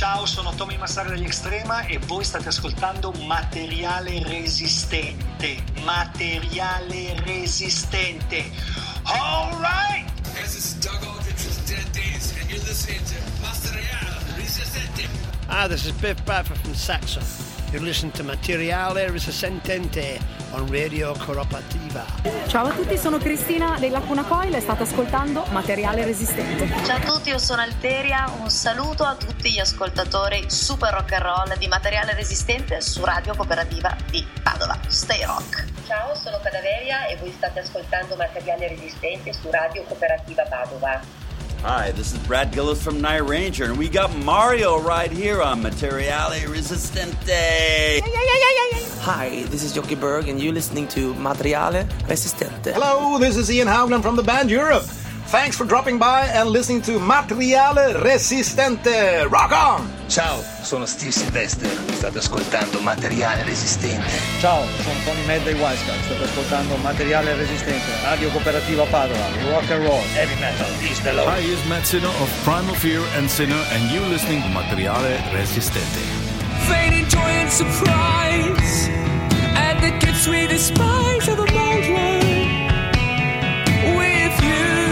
Ciao, sono Tommy Massaro degli Extrema e voi state ascoltando Materiale Resistente. Materiale Resistente. All right! This is Doug Aldrich from Dead Days, and you're listening to Materiale Resistente. This is Biff Bradford from Saxon. You're listening to Materiale Resistente on Radio Cooperativa. Ciao a tutti, sono Cristina dei Lacuna Coil e state ascoltando Materiale Resistente. Ciao a tutti, io sono Alteria, un saluto a tutti gli ascoltatori super rock and roll di Materiale Resistente su Radio Cooperativa di Padova. Stay rock! Ciao, sono Cadaveria e voi state ascoltando Materiale Resistente su Radio Cooperativa Padova. Hi, this is Brad Gillis from Night Ranger, and we got Mario right here on Materiale Resistente. Hi, this is Jockey Berg, and you're listening to Materiale Resistente. Hello, this is Ian Howland from the band Europe. Thanks for dropping by and listening to Materiale Resistente. Rock on! Ciao, sono Steve Sylvester, state ascoltando Materiale Resistente. Ciao, sono Tony Mad dei Wisecat, state ascoltando Materiale Resistente, Radio Cooperativa Padova, rock and roll, heavy metal, is the law. Hi, it's Matt Sinner of Primal Fear and Sinner, and you're listening to Materiale Resistente. Fading joy and surprise, and the gifts we despise of the moment with you.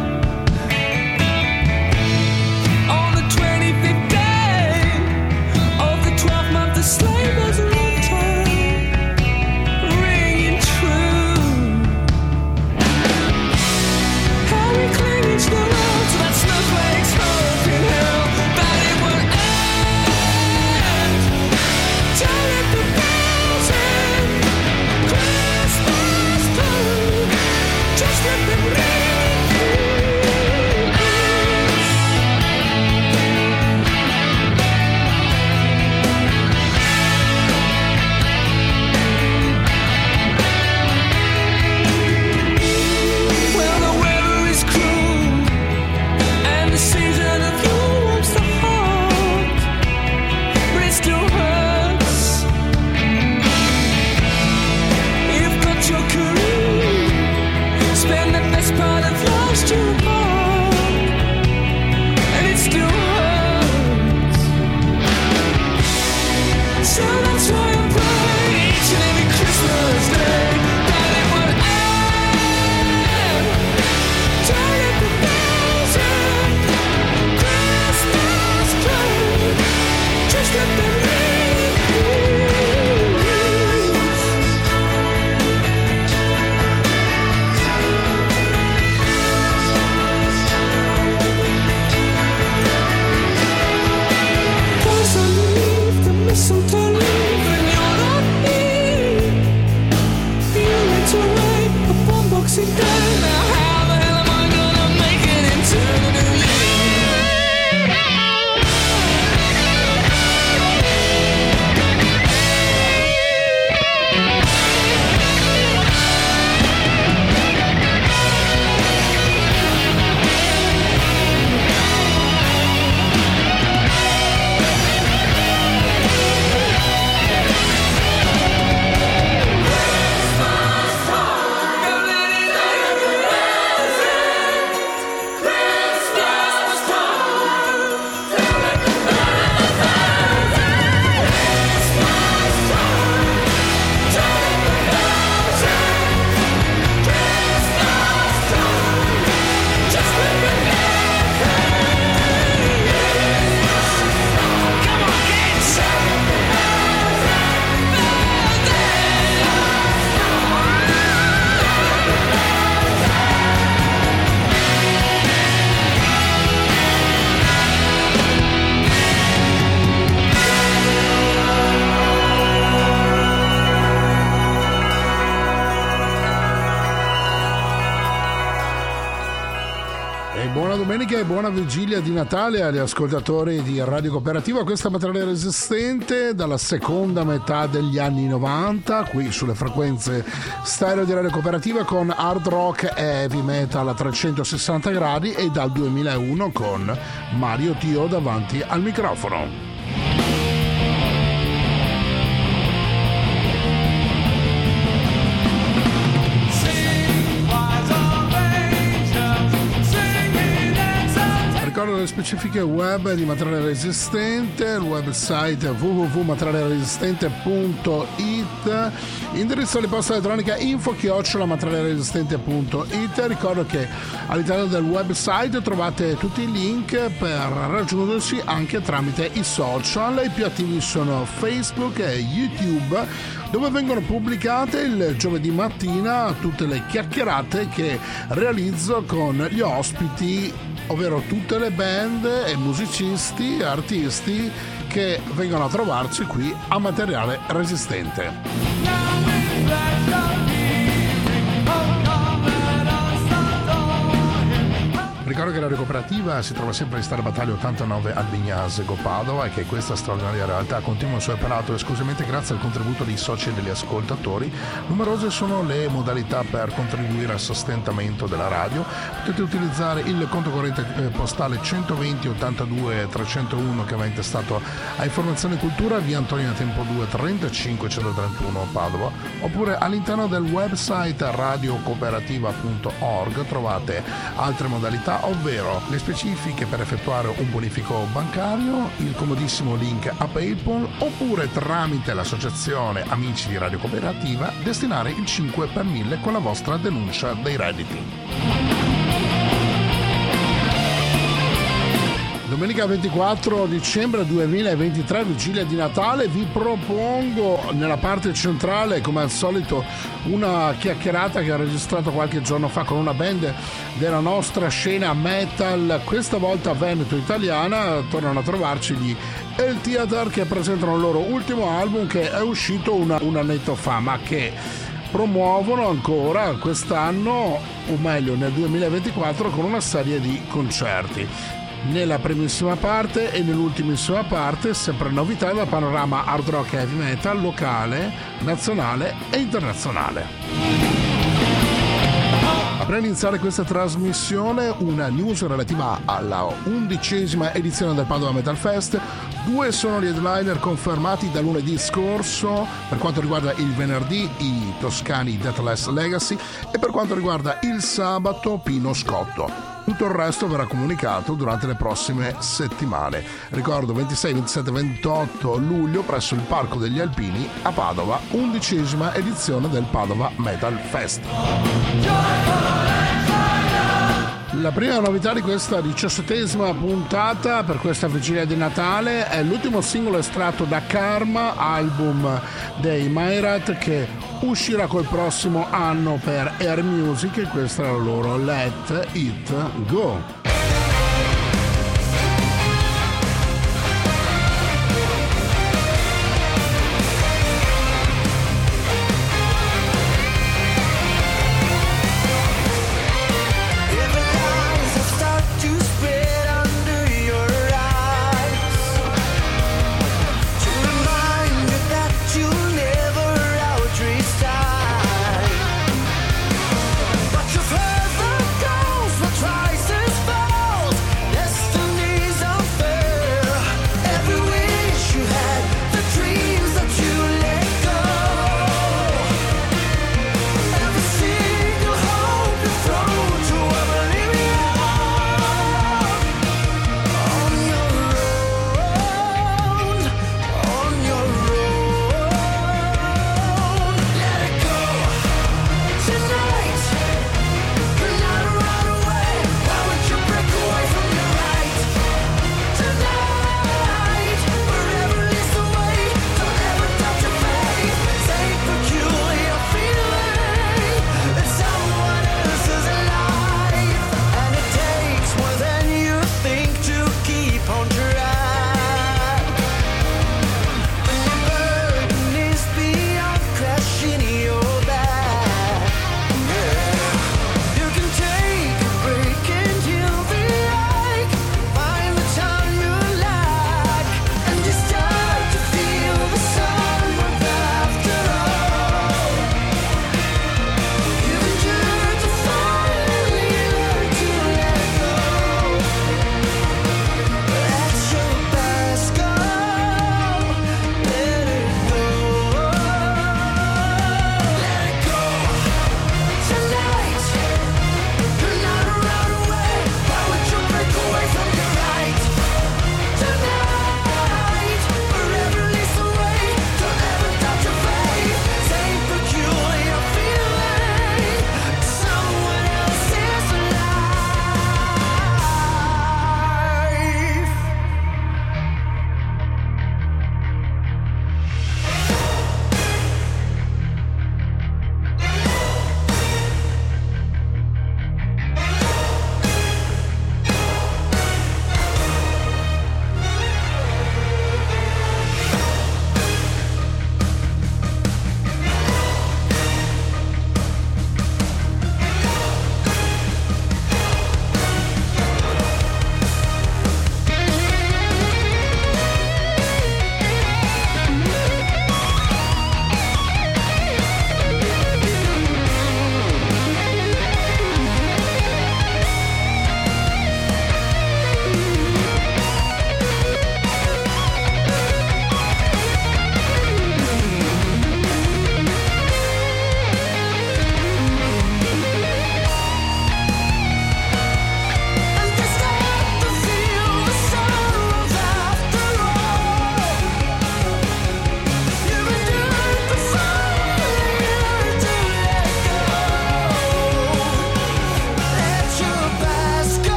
On the 25th day of the 12th month, the slave was a long time, ringing true. How we cling each other to that snowflake's hope in hell, that it would end. Turn at the bells and Christmas time, just let them ring through. Well, the weather is cruel, and the season of you warms the heart, but it still hurts. You've got your career, spend the best part of last year apart, and it still hurts. So that's why I pray each and every Christmas day that it would end. Turn up the bells and Christmas time, just let them ring through. Cause underneath the mistletoe leaf, when you're not here, you went away upon Boxing Day. Now how the hell am I gonna make it into the new year? E buona domenica e buona vigilia di Natale agli ascoltatori di Radio Cooperativa. Questa Materiale Resistente dalla seconda metà degli anni 90 qui sulle frequenze stereo di Radio Cooperativa con hard rock e heavy metal a 360 gradi e dal 2001 con Mario Tio davanti al microfono. Ricordo le specifiche web di Materiale Resistente, il website www.materialeresistente.it, indirizzo di posta elettronica info@materialeresistente.it. Ricordo che all'interno del website trovate tutti i link per raggiungersi anche tramite i social. I più attivi sono Facebook e YouTube, dove vengono pubblicate il giovedì mattina tutte le chiacchierate che realizzo con gli ospiti, ovvero tutte le band e musicisti, artisti che vengono a trovarci qui a Materiale Resistente. Ricordo che la Radio Cooperativa si trova sempre in Strada Battaglia 89 al Vignasego Padova e che questa straordinaria realtà continua il suo operato esclusivamente grazie al contributo dei soci e degli ascoltatori. Numerose sono le modalità per contribuire al sostentamento della radio. Potete utilizzare il conto corrente postale 120 82 301 che va intestato a Informazione e Cultura, via Antonio Tempo 2 35 131 Padova, oppure all'interno del website radiocooperativa.org trovate altre modalità, ovvero le specifiche per effettuare un bonifico bancario, il comodissimo link a PayPal, oppure tramite l'associazione Amici di Radio Cooperativa destinare il 5 per 1000 con la vostra denuncia dei redditi. Domenica 24 dicembre 2023, vigilia di Natale, vi propongo nella parte centrale, come al solito, una chiacchierata che ho registrato qualche giorno fa con una band della nostra scena metal, questa volta veneto-italiana. Tornano a trovarci gli El Theater, che presentano il loro ultimo album che è uscito un annetto fa, ma che promuovono ancora quest'anno, o meglio nel 2024, con una serie di concerti. Nella primissima parte e nell'ultimissima parte sempre novità dal panorama hard rock e heavy metal locale, nazionale e internazionale. Prima di iniziare questa trasmissione, una news relativa alla 11ª edizione del Padova Metal Fest. 2 sono gli headliner confermati da lunedì scorso. Per quanto riguarda il venerdì, i toscani Deathless Legacy, e per quanto riguarda il sabato, Pino Scotto. Tutto il resto verrà comunicato durante le prossime settimane. Ricordo 26, 27, 28 luglio presso il Parco degli Alpini a Padova, 11ª edizione del Padova Metal Fest. La prima novità di questa 17ª puntata per questa vigilia di Natale è l'ultimo singolo estratto da Karma, album dei Myrat, che uscirà col prossimo anno per Air Music, e questa è la loro Let It Go. Twice as far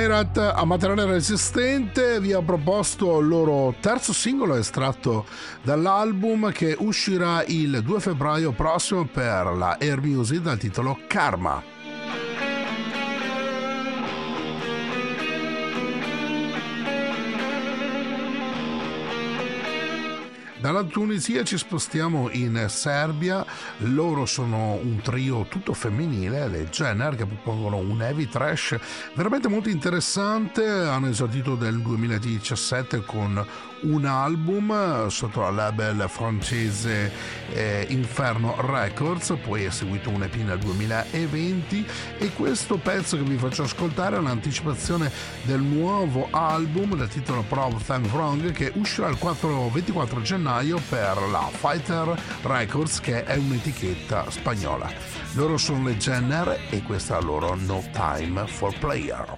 Nerat a Materiale Resistente vi ha proposto il loro terzo singolo estratto dall'album che uscirà il 2 febbraio prossimo per la Air Music dal titolo Karma. Dalla Tunisia ci spostiamo in Serbia, loro sono un trio tutto femminile, le Jenner, che propongono un heavy trash veramente molto interessante. Hanno esordito nel 2017 con un album sotto la label francese Inferno Records, poi è seguito un EP nel 2020 e questo pezzo che vi faccio ascoltare è un'anticipazione del nuovo album dal titolo Prove Things Wrong, che uscirà il 24 gennaio per la Fighter Records, che è un'etichetta spagnola. Loro sono le Jenner e questa è la loro No Time for Player.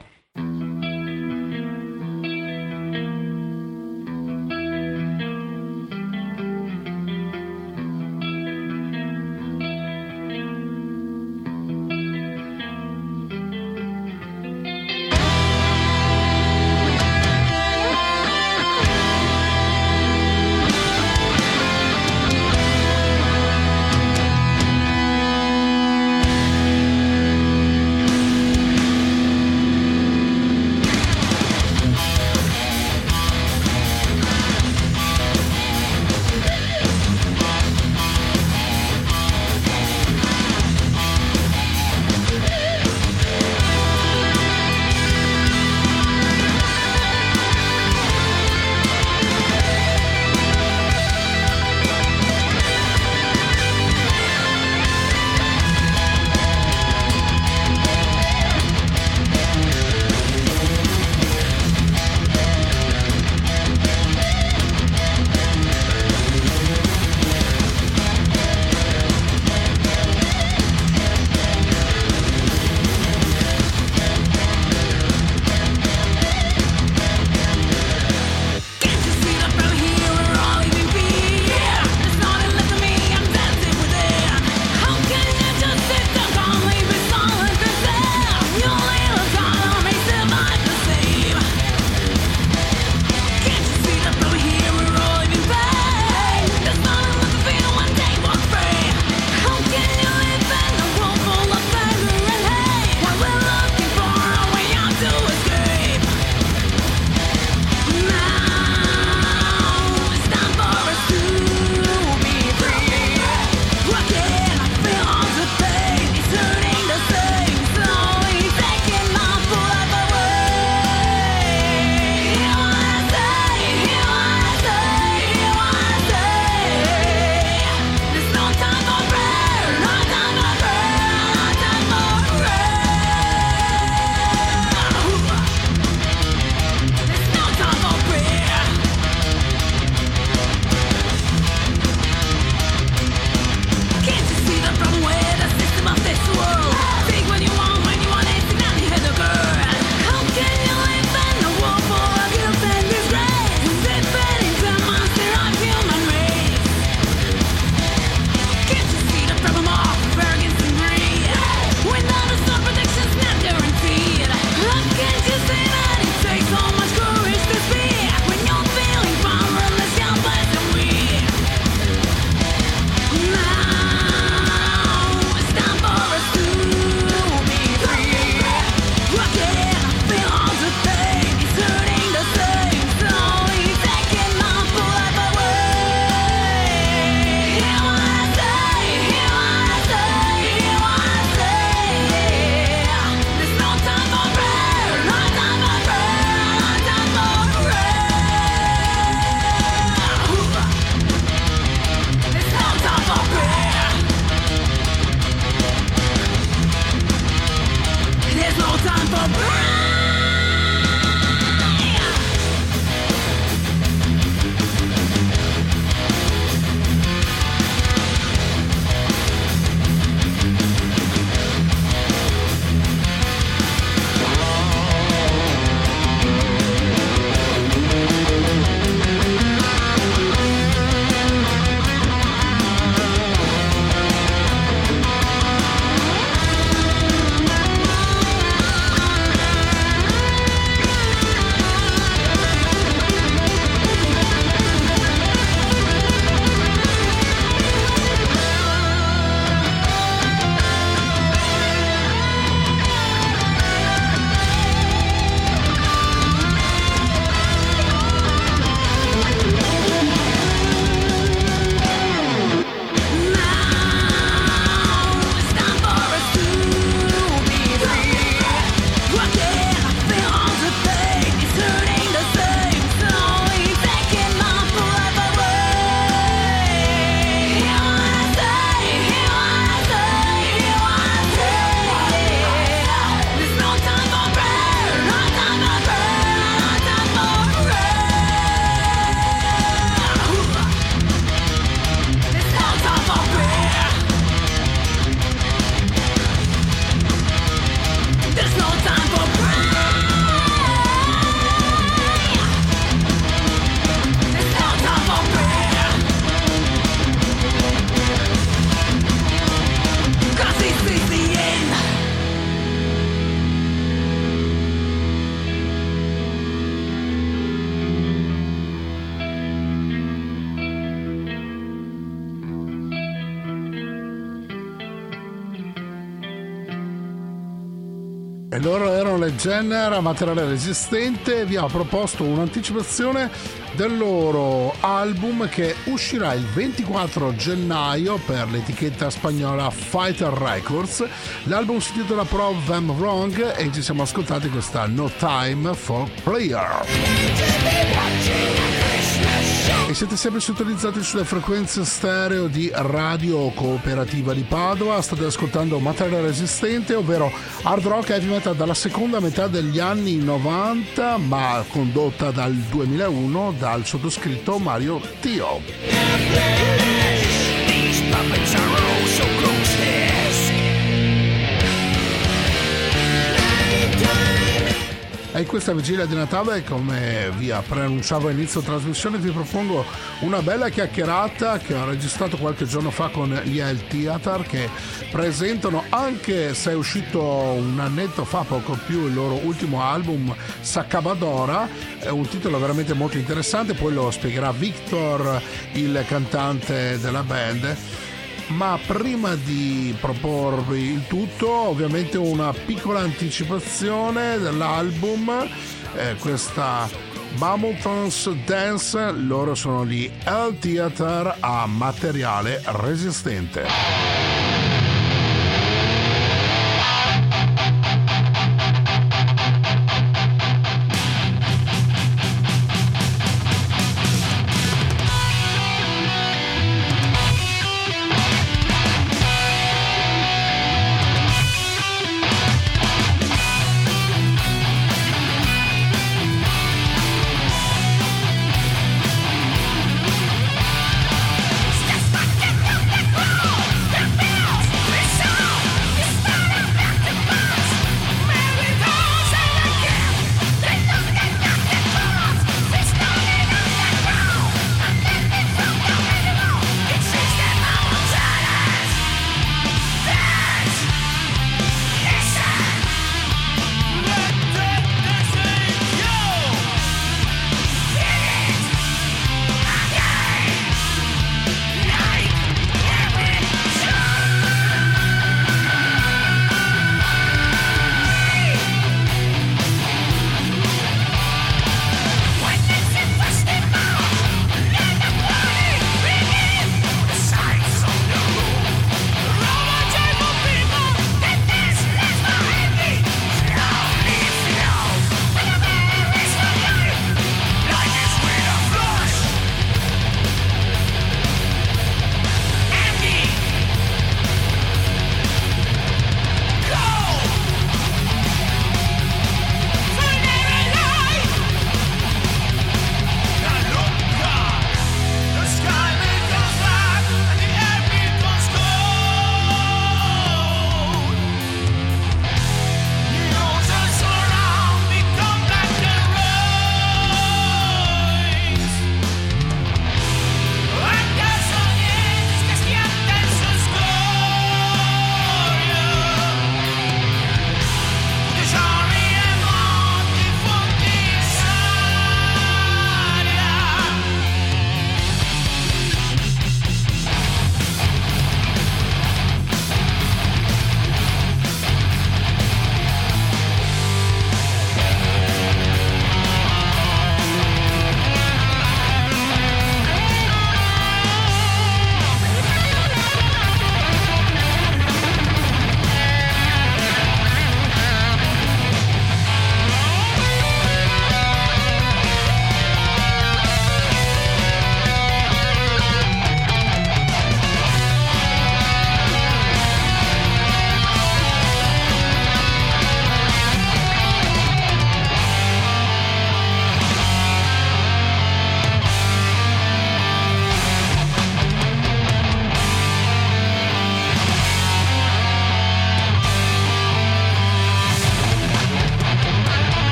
E loro erano le Jenner a Materiale Resistente. Vi ha proposto un'anticipazione del loro album che uscirà il 24 gennaio per l'etichetta spagnola Fighter Records. L'album si intitola Prove Them Wrong e ci siamo ascoltati questa No Time for Prayer. E siete sempre sintonizzati sulle frequenze stereo di Radio Cooperativa di Padova. State ascoltando Materiale Resistente, ovvero hard rock e heavy metal dalla seconda metà degli anni 90, ma condotta dal 2001 dal sottoscritto Mario Tio. E in questa vigilia di Natale, come vi preannunciavo all'inizio trasmissione, vi propongo una bella chiacchierata che ho registrato qualche giorno fa con gli El Theater, che presentano, anche se è uscito un annetto fa, poco più, il loro ultimo album Sacabadora. È un titolo veramente molto interessante, poi lo spiegherà Victor, il cantante della band. Ma prima di proporvi il tutto, ovviamente una piccola anticipazione dell'album, questa Bumbleton's Dance. Loro sono gli El Theater a Materiale Resistente. Step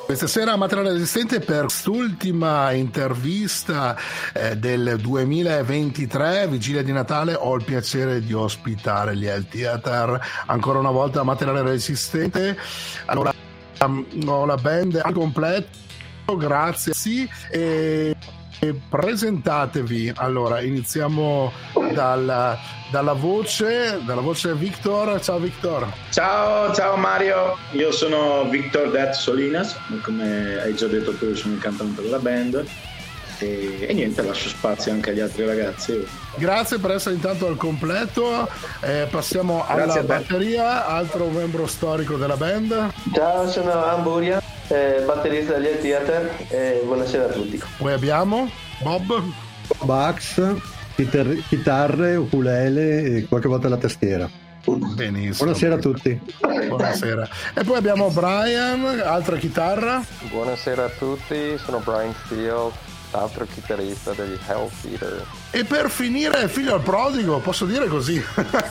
Questa sera a Materiale Resistente per quest'ultima intervista del 2023, vigilia di Natale, ho il piacere di ospitare gli El Theater ancora una volta a Materiale Resistente. Allora, ho la band al completo, grazie. Sì, e presentatevi. Allora, iniziamo dalla voce Victor. Ciao Victor. Ciao Mario, io sono Victor Det Solinas, come hai già detto tu sono il cantante della band e niente, lascio spazio anche agli altri ragazzi. Grazie per essere intanto al completo. Passiamo alla batteria, altro membro storico della band. Ciao, sono Amburia, batterista degli El Theater, e buonasera a tutti. Poi abbiamo Bob, Bax, chitarre, ukulele e qualche volta la tastiera. Benissimo. Buonasera a tutti. Buonasera. E poi abbiamo Brian, altra chitarra. Buonasera a tutti, sono Brian Field, altro chitarrista degli Hell Theater. E per finire figlio al prodigo, posso dire così.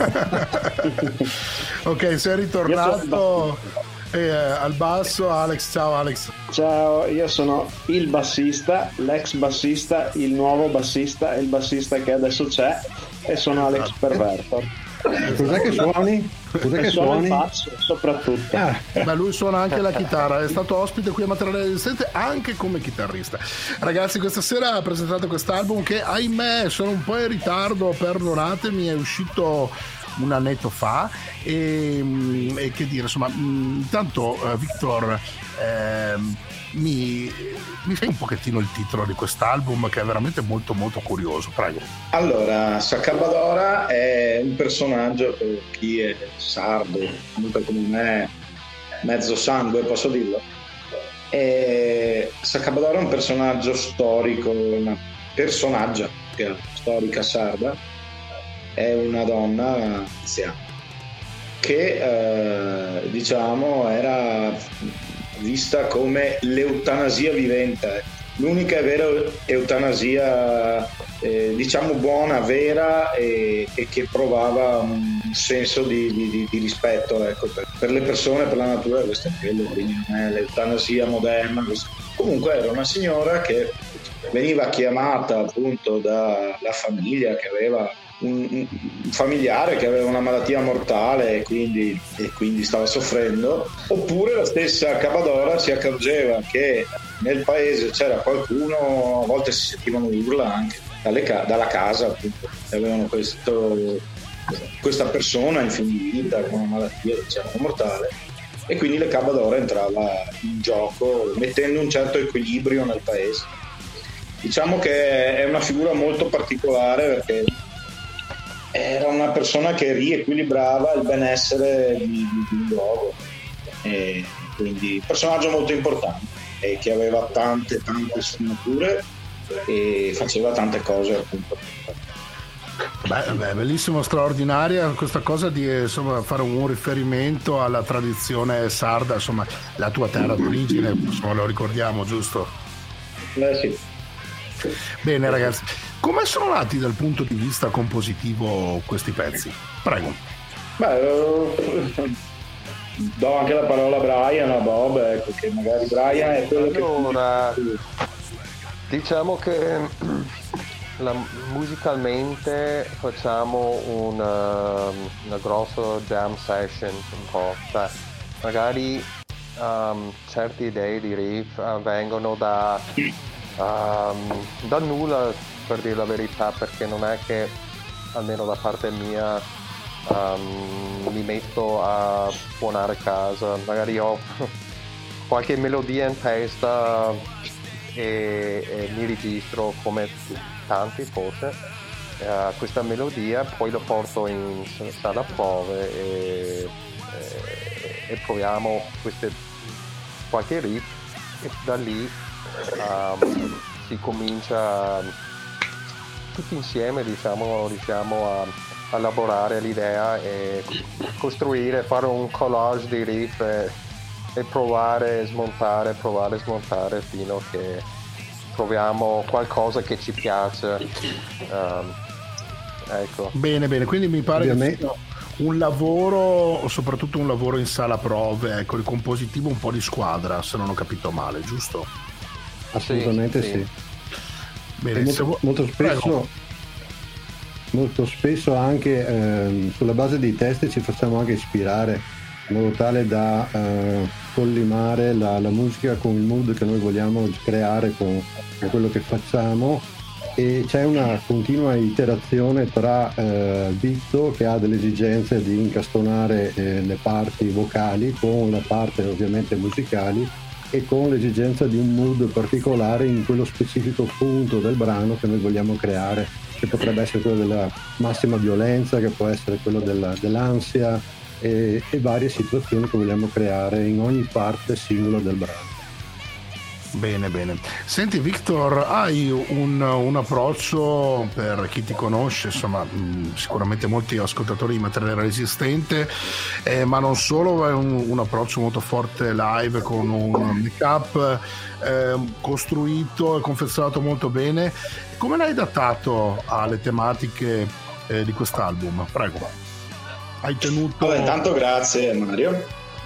Ok, sei ritornato al basso. Alex, ciao Alex. Ciao, io sono il bassista, l'ex bassista, il nuovo bassista e il bassista che adesso c'è, e sono Alex Pervertor. Cos'è che suoni? Suono il basso soprattutto. Ma lui suona anche la chitarra, è stato ospite qui a Materiale Resistente anche come chitarrista. Ragazzi, questa sera ha presentato quest'album che ahimè sono un po' in ritardo, perdonatemi, è uscito un annetto fa e che dire, insomma, intanto Victor, mi fai un pochettino il titolo di quest'album che è veramente molto molto curioso, prego. Allora, Saccabadora è un personaggio, per chi è sardo, comunque come me, mezzo sangue, posso dirlo. Saccabadora è un personaggio storico, una personaggia storica sarda, è una donna anziana che diciamo era vista come l'eutanasia vivente, l'unica vera eutanasia diciamo buona, vera e che provava un senso di rispetto, ecco, per le persone, per la natura. Questo è quello, quindi non è l'eutanasia moderna. Comunque era una signora che veniva chiamata appunto dalla famiglia, che aveva un familiare che aveva una malattia mortale e quindi stava soffrendo, oppure la stessa Capadora si accorgeva che nel paese c'era qualcuno, a volte si sentivano urla anche dalla casa, appunto, avevano questa persona in fin di vita con una malattia diciamo mortale, e quindi le Capadora entrava in gioco mettendo un certo equilibrio nel paese. Diciamo che è una figura molto particolare perché era una persona che riequilibrava il benessere di un luogo, e quindi un personaggio molto importante e che aveva tante sfumature e faceva tante cose appunto. Beh, bellissimo, straordinaria questa cosa di insomma fare un riferimento alla tradizione sarda, insomma la tua terra d'origine, insomma, lo ricordiamo, giusto? Sì. Bene ragazzi, come sono nati dal punto di vista compositivo questi pezzi? Prego. Do anche la parola a Brian, a Bob, ecco, che magari Brian è quello che... Diciamo che musicalmente facciamo una grossa jam session un po', cioè magari certe idee di riff vengono da nulla, per dire la verità, perché non è che almeno da parte mia mi metto a suonare a casa, magari ho qualche melodia in testa e mi registro come tanti forse questa melodia, poi lo porto in sala prove e proviamo qualche riff, e da lì si comincia tutti insieme, diciamo, riusciamo a elaborare l'idea e costruire, fare un collage di riff e provare a smontare fino a che troviamo qualcosa che ci piace. Ecco. Bene, quindi mi pare che un lavoro, soprattutto un lavoro in sala prove, ecco, il compositivo un po' di squadra, se non ho capito male, giusto? Assolutamente sì. Bene, molto spesso anche sulla base dei testi ci facciamo anche ispirare in modo tale da collimare la musica con il mood che noi vogliamo creare con quello che facciamo, e c'è una continua iterazione tra Vitto, che ha delle esigenze di incastonare le parti vocali con la parte ovviamente musicali, e con l'esigenza di un mood particolare in quello specifico punto del brano che noi vogliamo creare, che potrebbe essere quello della massima violenza, che può essere quello dell'ansia, e varie situazioni che vogliamo creare in ogni parte singola del brano. Bene. Senti Victor, hai un approccio, per chi ti conosce, insomma, sicuramente molti ascoltatori di Materiale Resistente, ma non solo, è un approccio molto forte live, con un make-up costruito e confezionato molto bene. Come l'hai adattato alle tematiche di quest'album? Prego. Hai tenuto... Vabbè, tanto grazie Mario.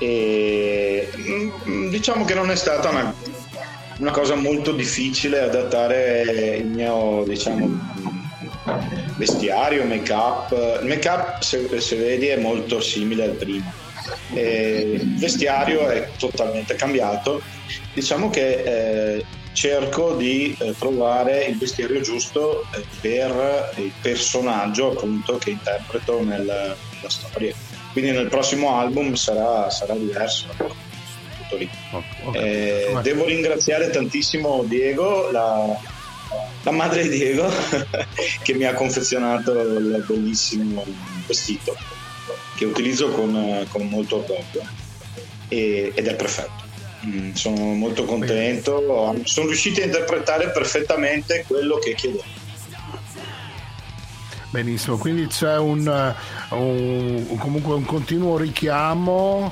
E diciamo che non è stata una cosa molto difficile adattare il mio, diciamo, vestiario, make-up. Il make-up, se vedi, è molto simile al primo. Il vestiario è totalmente cambiato. Diciamo che cerco di trovare il vestiario giusto per il personaggio, appunto, che interpreto nella storia. Quindi nel prossimo album sarà diverso. Tutto lì. Devo ringraziare tantissimo Diego, la madre di Diego, che mi ha confezionato il bellissimo vestito, che utilizzo con molto orgoglio, ed è perfetto. Sono molto contento, sono riuscito a interpretare perfettamente quello che chiedevo. Benissimo, quindi c'è comunque un continuo richiamo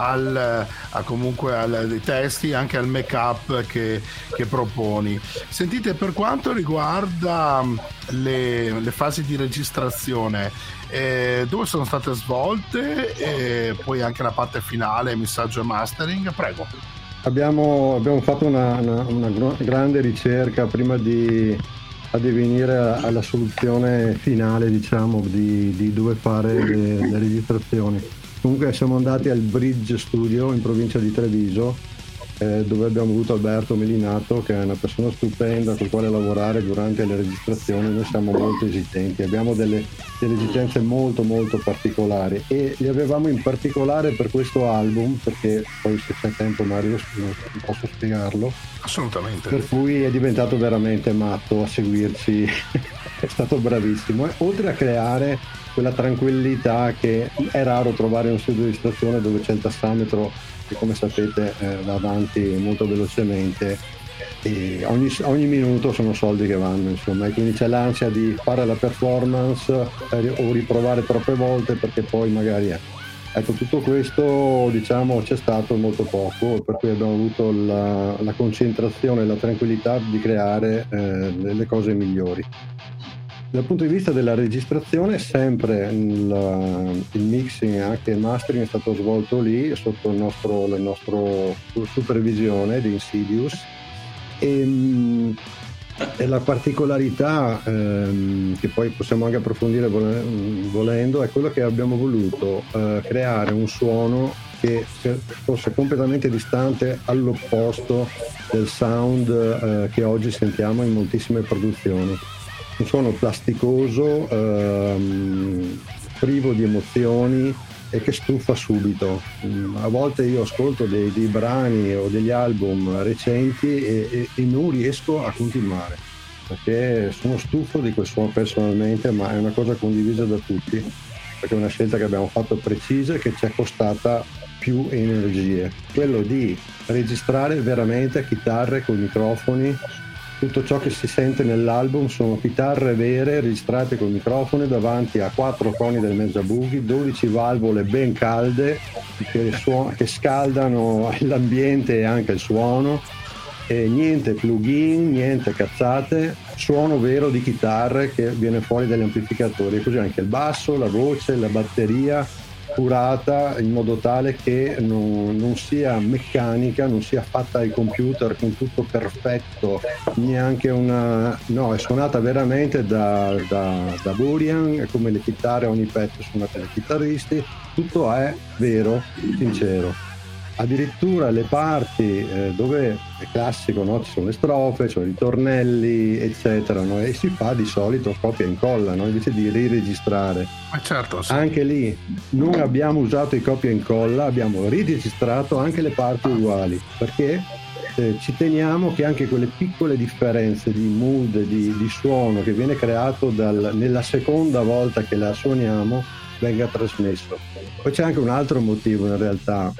comunque ai testi, anche al make-up che proponi. Sentite, per quanto riguarda le fasi di registrazione, dove sono state svolte, e poi anche la parte finale, missaggio e mastering, prego. Abbiamo fatto una grande ricerca prima di addivenire alla soluzione finale, diciamo, di dove fare le registrazioni. Comunque siamo andati al Bridge Studio in provincia di Treviso, dove abbiamo avuto Alberto Melinato, che è una persona stupenda con quale lavorare durante le registrazioni. Noi siamo molto esistenti, abbiamo delle esigenze molto molto particolari, e le avevamo in particolare per questo album, perché poi, se c'è tempo, Mario, posso spiegarlo. Assolutamente. Per cui è diventato veramente matto a seguirci, è stato bravissimo, oltre a creare quella tranquillità che è raro trovare in un studio di registrazione, dove c'è il tassametro che, come sapete, va avanti molto velocemente, e ogni minuto sono soldi che vanno, insomma, e quindi c'è l'ansia di fare la performance o riprovare troppe volte, perché poi magari ecco, tutto questo, diciamo, c'è stato molto poco, per cui abbiamo avuto la concentrazione e la tranquillità di creare le cose migliori. Dal punto di vista della registrazione, sempre il mixing e anche il mastering è stato svolto lì, sotto la nostra supervisione di Insidious, e la particolarità, che poi possiamo anche approfondire volendo, è quello che abbiamo voluto creare un suono che fosse completamente distante, all'opposto del sound che oggi sentiamo in moltissime produzioni. Un suono plasticoso, privo di emozioni e che stufa subito. A volte io ascolto dei brani o degli album recenti e non riesco a continuare, perché sono stufo di quel suono personalmente, ma è una cosa condivisa da tutti, perché è una scelta che abbiamo fatto precisa e che ci è costata più energie. Quello di registrare veramente a chitarre con i microfoni. Tutto ciò che si sente nell'album sono chitarre vere registrate con microfoni davanti a 4 coni del Mezzabuchi, 12 valvole ben calde che scaldano l'ambiente e anche il suono, e niente plugin, niente cazzate, suono vero di chitarre che viene fuori dagli amplificatori, e così anche il basso, la voce, la batteria curata in modo tale che non sia meccanica, non sia fatta al computer con tutto perfetto, neanche no, è suonata veramente da Burian, come le chitarre, ogni pezzo suonate dai chitarristi, tutto è vero, sincero. Addirittura le parti dove è classico, no? Ci sono le strofe, ci sono i ritornelli, eccetera, no? E si fa di solito copia e incolla, no? Invece di riregistrare. Ma certo, sì. Anche lì non abbiamo usato i copia e incolla, abbiamo riregistrato anche le parti uguali, perché ci teniamo che anche quelle piccole differenze di mood, di suono che viene creato nella seconda volta che la suoniamo venga trasmesso. Poi c'è anche un altro motivo in realtà,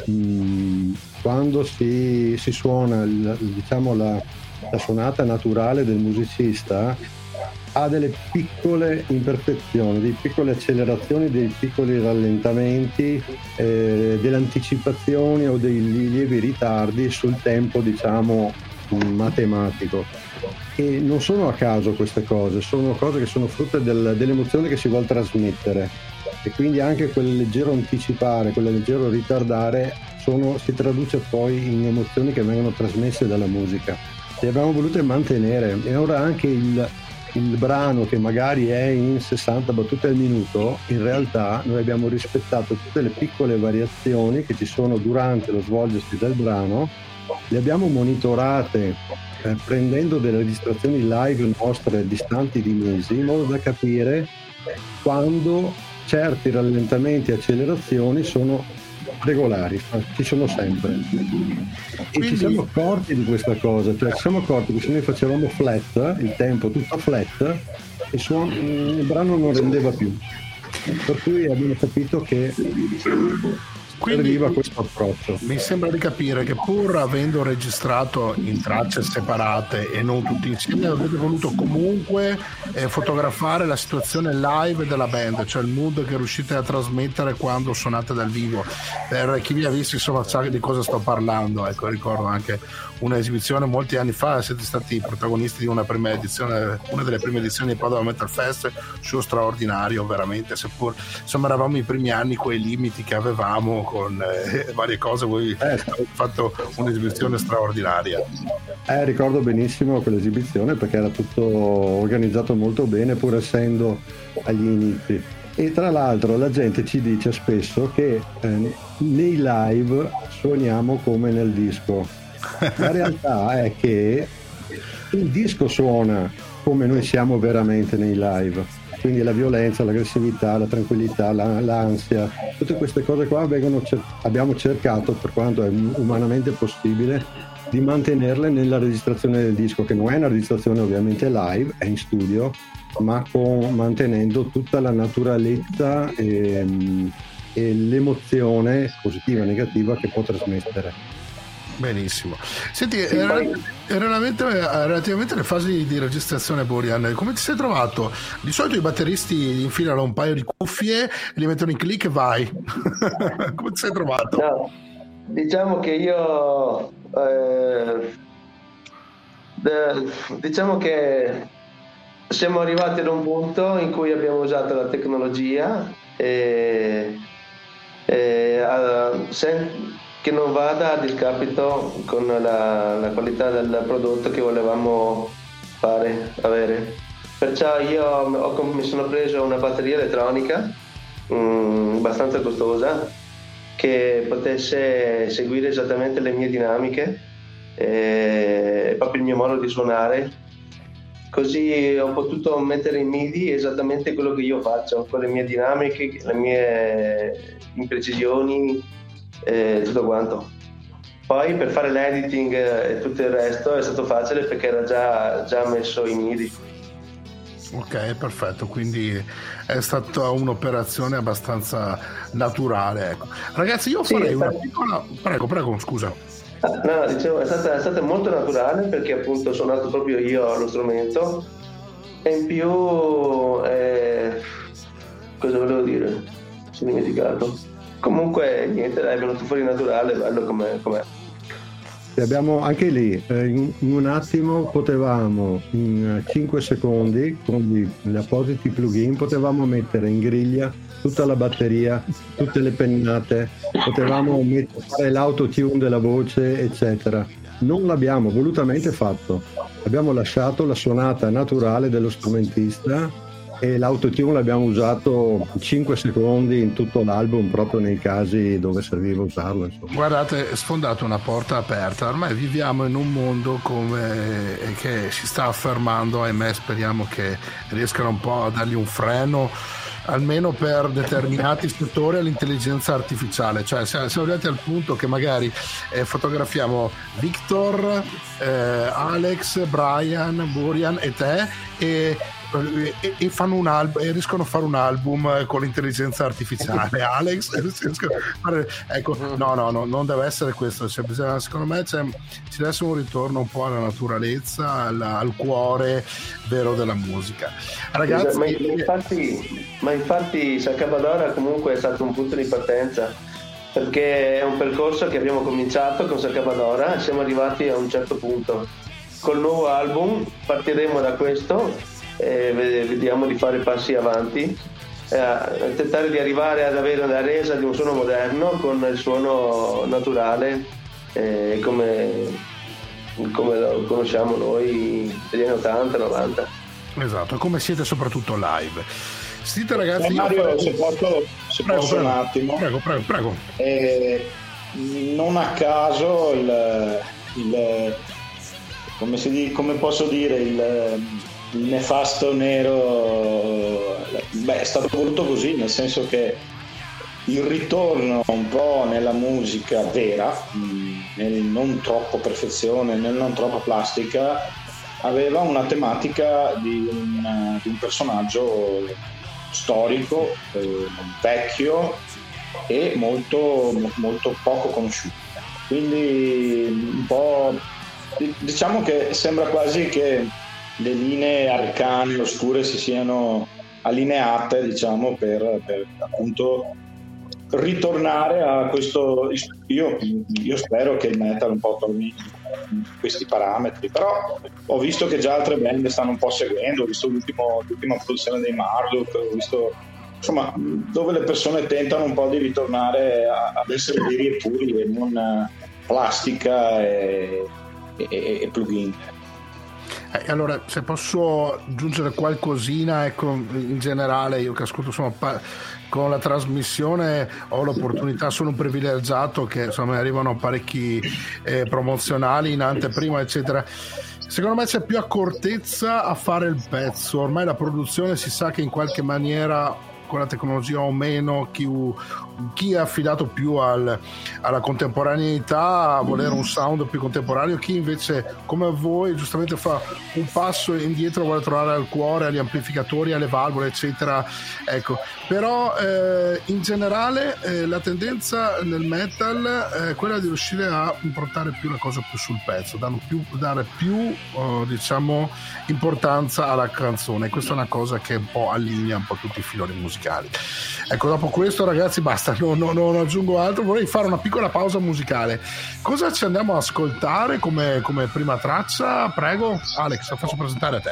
quando si suona diciamo la suonata naturale del musicista ha delle piccole imperfezioni, delle piccole accelerazioni, dei piccoli rallentamenti, delle anticipazioni o dei lievi ritardi sul tempo diciamo matematico, e non sono a caso queste cose, sono cose che sono frutto dell'emozione che si vuole trasmettere, e quindi anche quel leggero anticipare, quel leggero ritardare si traduce poi in emozioni che vengono trasmesse dalla musica, e abbiamo voluto mantenere. E ora anche il brano che magari è in 60 battute al minuto, in realtà noi abbiamo rispettato tutte le piccole variazioni che ci sono durante lo svolgersi del brano, le abbiamo monitorate prendendo delle registrazioni live nostre distanti di mesi, in modo da capire quando certi rallentamenti e accelerazioni sono regolari, ci sono sempre. E ci siamo accorti di questa cosa, cioè ci siamo accorti che se noi facevamo flat, il tempo tutto flat, il brano non rendeva più, per cui abbiamo capito che arriva questo approccio. Mi sembra di capire che pur avendo registrato in tracce separate e non tutti insieme, avete voluto comunque fotografare la situazione live della band, cioè il mood che riuscite a trasmettere quando suonate dal vivo. Per chi vi ha visto insomma sa di cosa sto parlando. Ecco, ricordo anche un'esibizione molti anni fa, siete stati protagonisti di una delle prime edizioni di Padova Metal Fest, show straordinario veramente, seppur insomma eravamo i primi anni, quei limiti che avevamo con varie cose, voi avete fatto un'esibizione straordinaria. Ricordo benissimo quell'esibizione perché era tutto organizzato molto bene, pur essendo agli inizi. E tra l'altro la gente ci dice spesso che nei live suoniamo come nel disco. La realtà è che il disco suona come noi siamo veramente nei live, quindi la violenza, l'aggressività, la tranquillità, l'ansia, tutte queste cose qua abbiamo cercato, per quanto è umanamente possibile, di mantenerle nella registrazione del disco, che non è una registrazione ovviamente live, è in studio, ma mantenendo tutta la naturalezza e l'emozione positiva e negativa che può trasmettere. Benissimo. Senti, relativamente alle fasi di registrazione, Burian, come ti sei trovato? Di solito i batteristi infilano un paio di cuffie, li mettono in click e vai. Come ti sei trovato? No, diciamo che io diciamo che siamo arrivati ad un punto in cui abbiamo usato la tecnologia che non vada a discapito con la qualità del prodotto che volevamo avere. Perciò io mi sono preso una batteria elettronica abbastanza costosa che potesse seguire esattamente le mie dinamiche e proprio il mio modo di suonare, così ho potuto mettere in MIDI esattamente quello che io faccio, con le mie dinamiche, le mie imprecisioni, tutto quanto. Poi per fare l'editing e tutto il resto è stato facile perché era già messo in MIDI. Ok, perfetto, quindi è stata un'operazione abbastanza naturale, ecco. Ragazzi, io farei una piccola... Prego, scusa. No, dicevo, è stata molto naturale perché appunto ho suonato proprio io lo strumento, e in più cosa volevo dire? Si è dimenticato. Comunque niente, è venuto fuori naturale, bello com'è. Abbiamo anche lì, in un attimo potevamo, in 5 secondi, con gli appositi plugin, potevamo mettere in griglia tutta la batteria, tutte le pennate, potevamo fare l'autotune della voce, eccetera. Non l'abbiamo volutamente fatto, abbiamo lasciato la suonata naturale dello strumentista e l'autotune l'abbiamo usato 5 secondi in tutto l'album, proprio nei casi dove serviva usarlo, insomma. Guardate, sfondate una porta aperta. Ormai viviamo in un mondo che si sta affermando, ahimè, speriamo che riescano un po' a dargli un freno, almeno per determinati settori, all'intelligenza artificiale. Cioè siamo arrivati al punto che magari fotografiamo Victor, Alex, Brian, Burian e te e fanno un album, e riescono a fare un album con l'intelligenza artificiale. Alex, ecco, no, non deve essere questo. Secondo me ci deve essere un ritorno un po' alla naturalezza, al cuore vero della musica, ragazzi. Ma infatti Sacabadora comunque è stato un punto di partenza, perché è un percorso che abbiamo cominciato con Sacabadora e siamo arrivati a un certo punto. Col nuovo album partiremo da questo e vediamo di fare passi avanti, tentare di arrivare ad avere la resa di un suono moderno con il suono naturale, come lo conosciamo noi degli anni 80-90. Esatto, come siete soprattutto live. Sentite ragazzi, Mario, se posso un attimo. Prego. Non a caso come posso dire, il nefasto nero è stato voluto così, nel senso che il ritorno un po' nella musica vera, nel non troppo perfezione, nel non troppo plastica, aveva una tematica di un personaggio storico, vecchio e molto, molto poco conosciuto. Quindi un po', diciamo che sembra quasi che le linee arcane oscure si siano allineate, diciamo, per appunto ritornare a questo. Io spero che il metal un po' torni in questi parametri, però ho visto che già altre band stanno un po' seguendo, ho visto l'ultima produzione dei Marduk, ho visto, insomma, dove le persone tentano un po' di ritornare ad essere veri e puri e non plastica e plugin. Allora, se posso aggiungere qualcosina, ecco, in generale io che ascolto, insomma, con la trasmissione ho l'opportunità, sono un privilegiato che insomma mi arrivano parecchi promozionali in anteprima, eccetera. Secondo me c'è più accortezza a fare il pezzo, ormai la produzione si sa che in qualche maniera con la tecnologia o meno, chi è affidato più alla contemporaneità, a volere un sound più contemporaneo, chi invece come voi giustamente fa un passo indietro, vuole tornare al cuore, agli amplificatori, alle valvole, eccetera. Ecco, però in generale la tendenza nel metal è quella di riuscire a importare più la cosa più sul pezzo, dare più diciamo importanza alla canzone. Questa è una cosa che un po' allinea un po' tutti i filoni musicali. Ecco, dopo questo ragazzi basta, non aggiungo altro, vorrei fare una piccola pausa musicale. Cosa ci andiamo ad ascoltare come prima traccia? Prego Alex, la faccio presentare a te.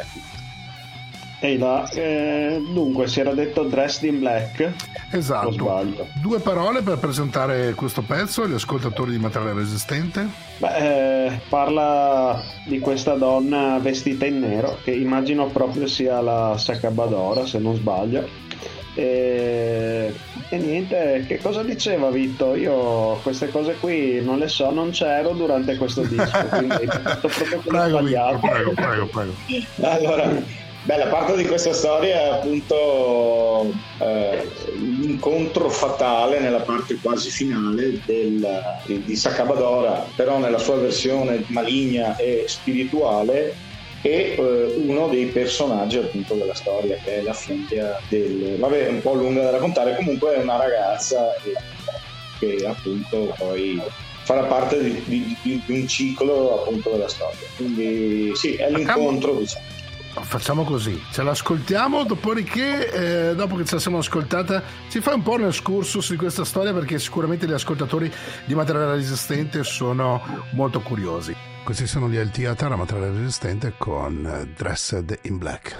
Dunque si era detto Dressed in Black, esatto, 2 parole per presentare questo pezzo agli ascoltatori di Materiale Resistente. Parla di questa donna vestita in nero, che immagino proprio sia la Sacabadora, se non sbaglio. E niente, che cosa diceva Vitto? Io queste cose qui non le so, non c'ero durante questo disco, quindi prego. Allora, la parte di questa storia è appunto l'incontro fatale nella parte quasi finale di Sacabadora, però nella sua versione maligna e spirituale, e uno dei personaggi appunto della storia, che è la figlia vabbè, è un po' lunga da raccontare, comunque è una ragazza che appunto poi farà parte di un ciclo appunto della storia, quindi sì, è l'incontro, diciamo. Facciamo così, ce l'ascoltiamo, dopodiché dopo che ce la siamo ascoltata ci fai un po' un excursus di questa storia, perché sicuramente gli ascoltatori di Materiale Resistente sono molto curiosi. Questi sono gli El Theater a Materiale Resistente con Dressed in Black.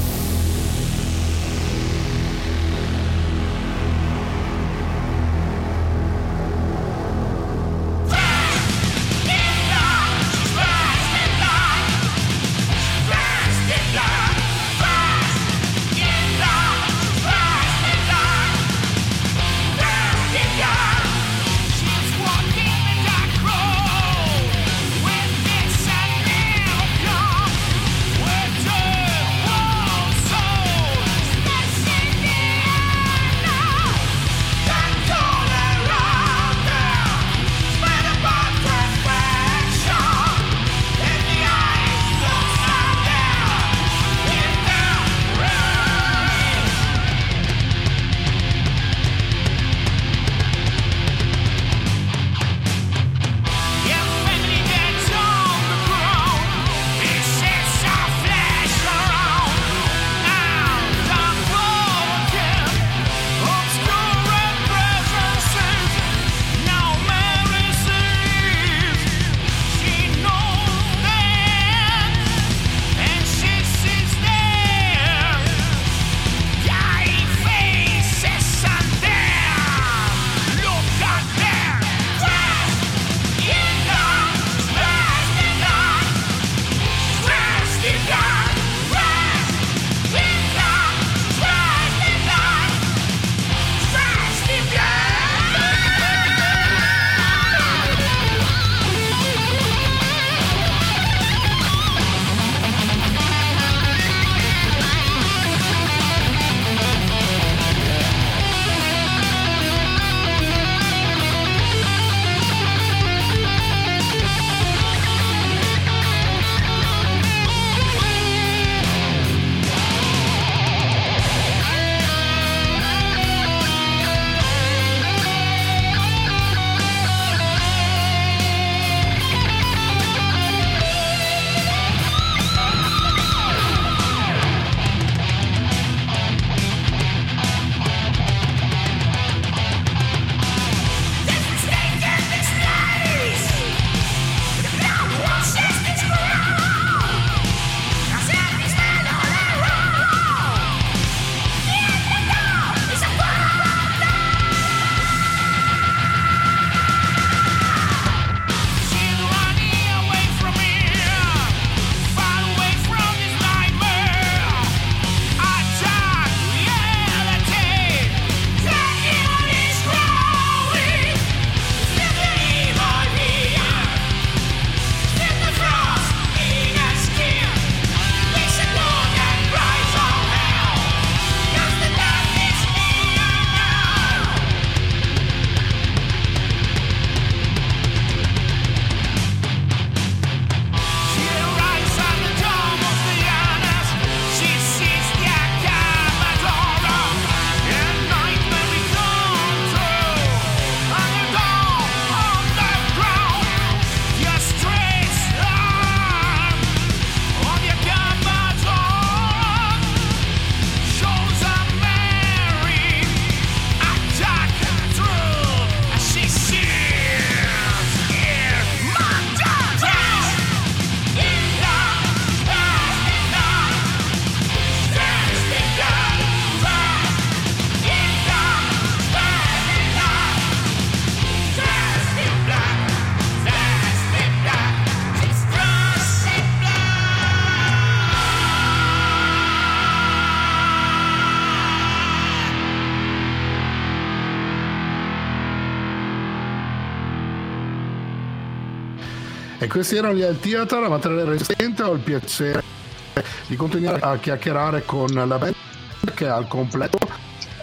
E questi erano gli El Theater a Materiale Resistente. Ho il piacere di continuare a chiacchierare con la band che è al completo.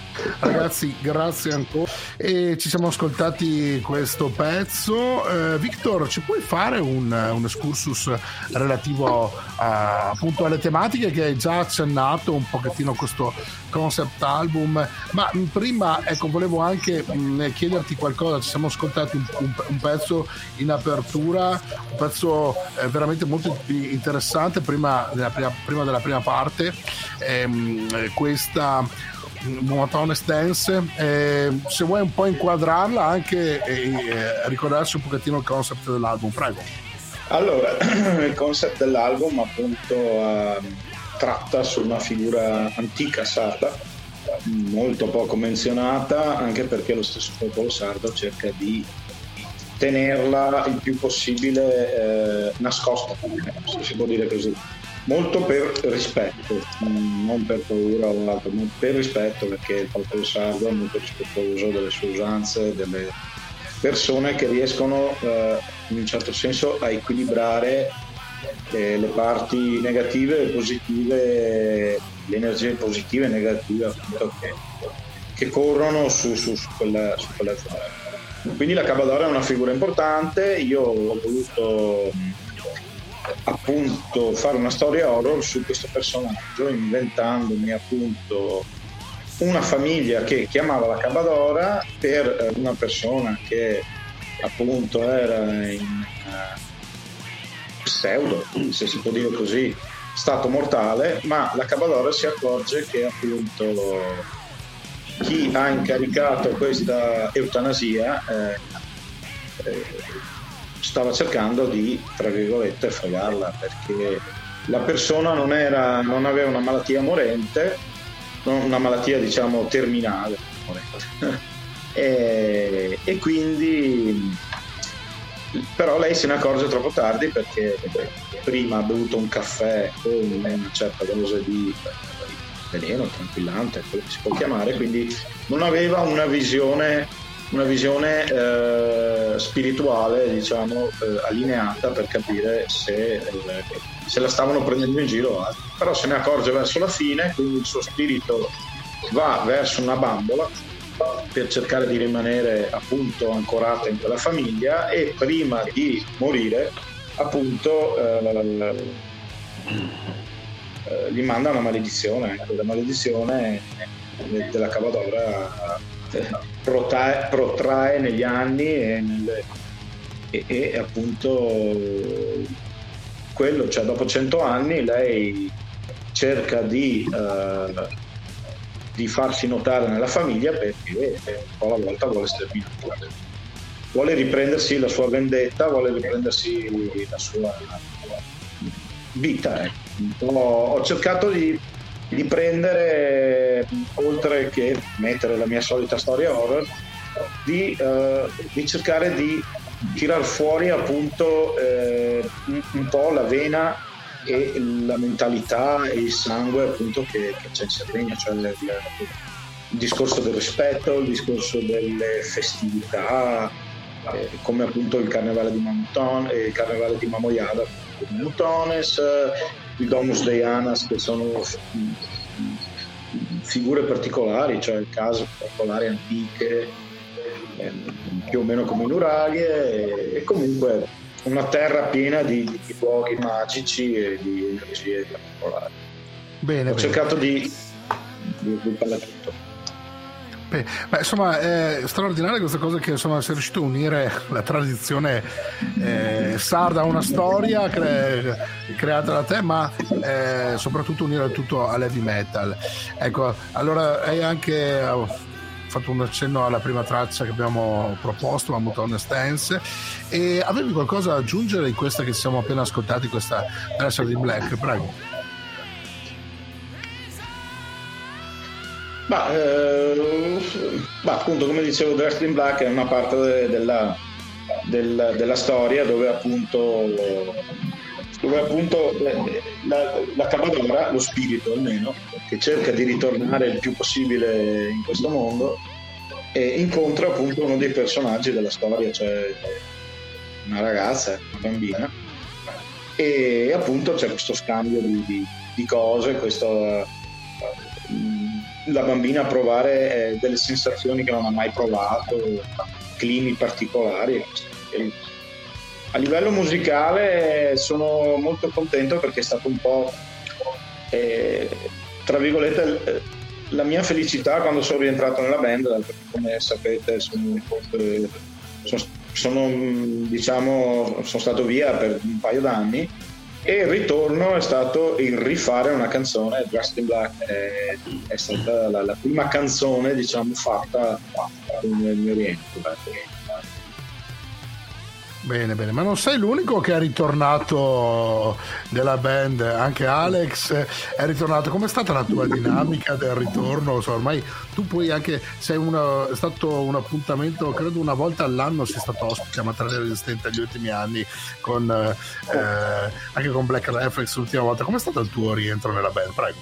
Ragazzi, grazie ancora. E ci siamo ascoltati questo pezzo. Victor, ci puoi fare un excursus relativo appunto alle tematiche che hai già accennato un pochettino questo concept album? Ma prima, ecco, volevo anche chiederti qualcosa. Ci siamo ascoltati un pezzo in apertura, un pezzo veramente molto interessante prima della prima parte, questa Monotonous Dance. Se vuoi un po' inquadrarla anche e ricordarci un pochettino il concept dell'album, prego. Allora, il concept dell'album appunto tratta su una figura antica sarda, molto poco menzionata, anche perché lo stesso popolo sardo cerca di tenerla il più possibile nascosta, se si può dire così. Molto per rispetto, non per paura o altro, ma per rispetto, perché il popolo sardo è molto rispettoso delle sue usanze, delle persone che riescono in un certo senso a equilibrare le parti negative e positive, le energie positive e negative appunto che corrono su quella zona. Quindi la Cabadora è una figura importante. Io ho voluto appunto fare una storia horror su questo personaggio, inventandomi appunto una famiglia che chiamava la Cabadora per una persona che appunto era in pseudo, se si può dire così, stato mortale, ma la Cabadora si accorge che appunto chi ha incaricato questa eutanasia stava cercando di, tra virgolette, fregarla, perché la persona non aveva una malattia morente, una malattia diciamo terminale e quindi però lei se ne accorge troppo tardi, perché prima ha bevuto un caffè con una certa dose di veleno, tranquillante, quello che si può chiamare, quindi non aveva una visione spirituale, diciamo, allineata per capire se la stavano prendendo in giro o altro. Però se ne accorge verso la fine, quindi il suo spirito va verso una bambola per cercare di rimanere appunto ancorata in quella famiglia, e prima di morire appunto gli manda una maledizione. La maledizione della Cabadora protrae negli anni e appunto quello, cioè dopo 100 anni lei cerca di farsi notare nella famiglia, perché un po' alla volta vuole sterminarla, vuole riprendersi la sua vendetta, vuole riprendersi la sua vita. Ho cercato di prendere, oltre che mettere la mia solita storia horror, di cercare di tirar fuori appunto un po' la vena e la mentalità e il sangue appunto che c'è in Sardegna, cioè il discorso del rispetto, il discorso delle festività, come appunto il carnevale di Mamuton e il carnevale di Mamoiada, Mamutones, il Domus Deianas, che sono figure particolari, cioè case particolari antiche, più o meno come Nuraghe, e comunque una terra piena di luoghi magici e di energie particolari. Ho cercato di parlare tutto. Beh, insomma, è straordinaria questa cosa che insomma sei riuscito a unire la tradizione sarda a una storia creata da te, ma soprattutto unire tutto all'heavy metal. Ecco, allora hai anche fatto un accenno alla prima traccia che abbiamo proposto, Monotonous Dance, e avevi qualcosa da aggiungere in questa che siamo appena ascoltati, questa Dressed in Black? Prego. Ma appunto, come dicevo, Dressed in Black è una parte della storia dove appunto la Cabadora, lo spirito almeno, che cerca di ritornare il più possibile in questo mondo, e incontra appunto uno dei personaggi della storia, cioè una ragazza, una bambina, e appunto c'è questo scambio di cose, questo la bambina a provare delle sensazioni che non ha mai provato, climi particolari. E a livello musicale sono molto contento perché è stato un po' tra virgolette la mia felicità quando sono rientrato nella band, perché come sapete sono stato via per un paio d'anni, e il ritorno è stato il rifare una canzone. Dressed in Black è stata la prima canzone, diciamo, fatta nel mio rientro. Bene, ma non sei l'unico che è ritornato nella band, anche Alex è ritornato. Com'è stata la tua dinamica del ritorno? Ormai tu poi anche è stato un appuntamento, credo una volta all'anno sei stato ospite a Materiale Resistente agli ultimi anni, anche con Black Reflex l'ultima volta. Com'è stato il tuo rientro nella band? Prego.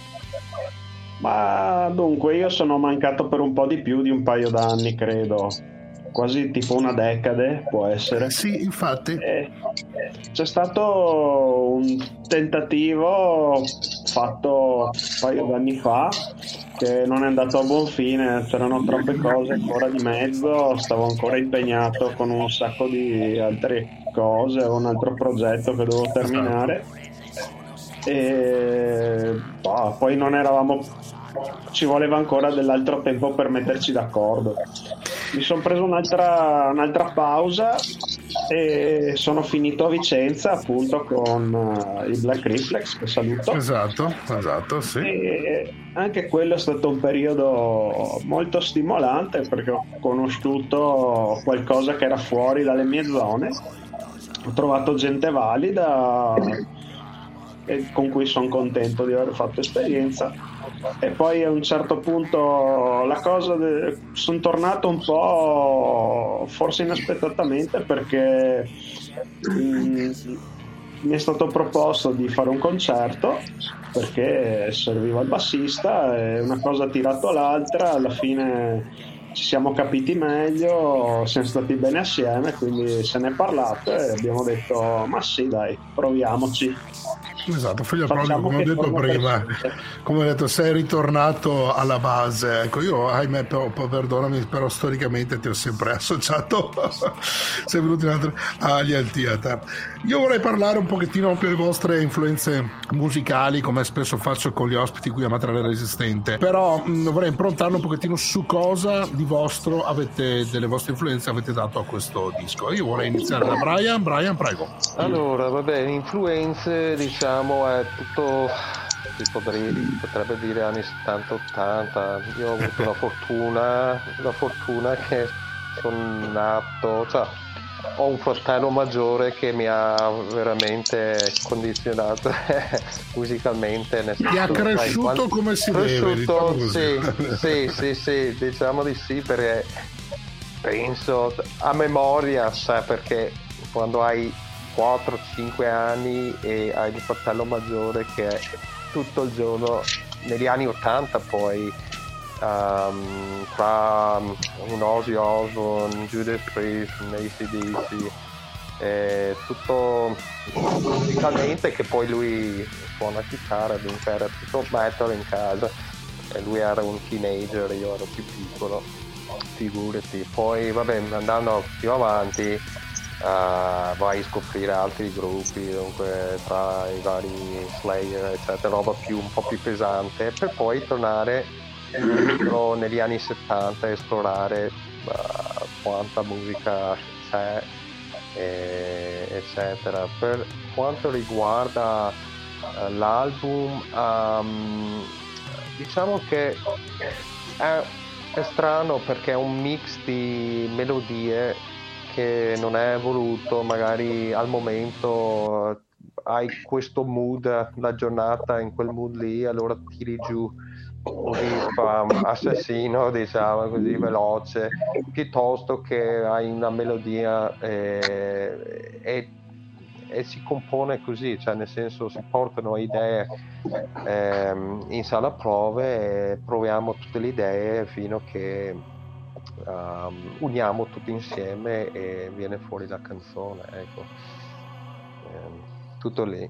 Ma dunque, io sono mancato per un po' di più di un paio d'anni, credo. Quasi tipo una decade, può essere. Sì, infatti. C'è stato un tentativo fatto un paio d'anni fa che non è andato a buon fine, c'erano troppe cose ancora di mezzo, stavo ancora impegnato con un sacco di altre cose, un altro progetto che dovevo terminare e poi non eravamo, ci voleva ancora dell'altro tempo per metterci d'accordo. Mi sono preso un'altra pausa e sono finito a Vicenza appunto con i Black Reflex, che saluto. Esatto, sì. E anche quello è stato un periodo molto stimolante perché ho conosciuto qualcosa che era fuori dalle mie zone, ho trovato gente valida e con cui sono contento di aver fatto esperienza. E poi a un certo punto sono tornato un po', forse inaspettatamente, perché mi è stato proposto di fare un concerto perché serviva il bassista e una cosa ha tirato l'altra, alla fine ci siamo capiti meglio, siamo stati bene assieme, quindi se ne è parlato e abbiamo detto ma sì dai, proviamoci. Esatto, figlio, proprio come ho detto prima, come ho detto, sei ritornato alla base. Ecco, io ahimè, perdonami, però storicamente ti ho sempre associato sei venuto agli Al Theater. Io vorrei parlare un pochettino più delle vostre influenze musicali, come spesso faccio con gli ospiti qui a Materiale Resistente, però vorrei improntarlo un pochettino su cosa di vostro delle vostre influenze avete dato a questo disco. Io vorrei iniziare da Brian, prego. Allora, vabbè, influenze, diciamo, è tutto, si potrebbe dire anni 70-80. Io ho avuto la fortuna che sono nato, cioè ho un fratello maggiore che mi ha veramente condizionato musicalmente. Ti ha cresciuto come si deve, diciamo così. Sì, diciamo di sì, perché penso a memoria, sai, perché quando hai 4-5 anni e hai un fratello maggiore che è tutto il giorno negli anni 80 poi tra un Ozzy Osbourne, Judas Priest, un AC/DC, tutto musicalmente, che poi lui suona chitarra, dunque era tutto metal in casa e lui era un teenager, io ero più piccolo, figurati. Poi vabbè, andando più avanti vai a scoprire altri gruppi, dunque tra i vari Slayer eccetera, roba un po' più pesante, per poi tornare negli anni 70 e esplorare quanta musica c'è eccetera. Per quanto riguarda l'album, diciamo che è strano perché è un mix di melodie che non è voluto, magari al momento hai questo mood, la giornata in quel mood lì, allora tiri giù così assassino, diciamo così, veloce, piuttosto che hai una melodia e si compone così, cioè nel senso si portano idee in sala prove e proviamo tutte le idee fino a che uniamo tutti insieme e viene fuori la canzone, ecco. Tutto lì.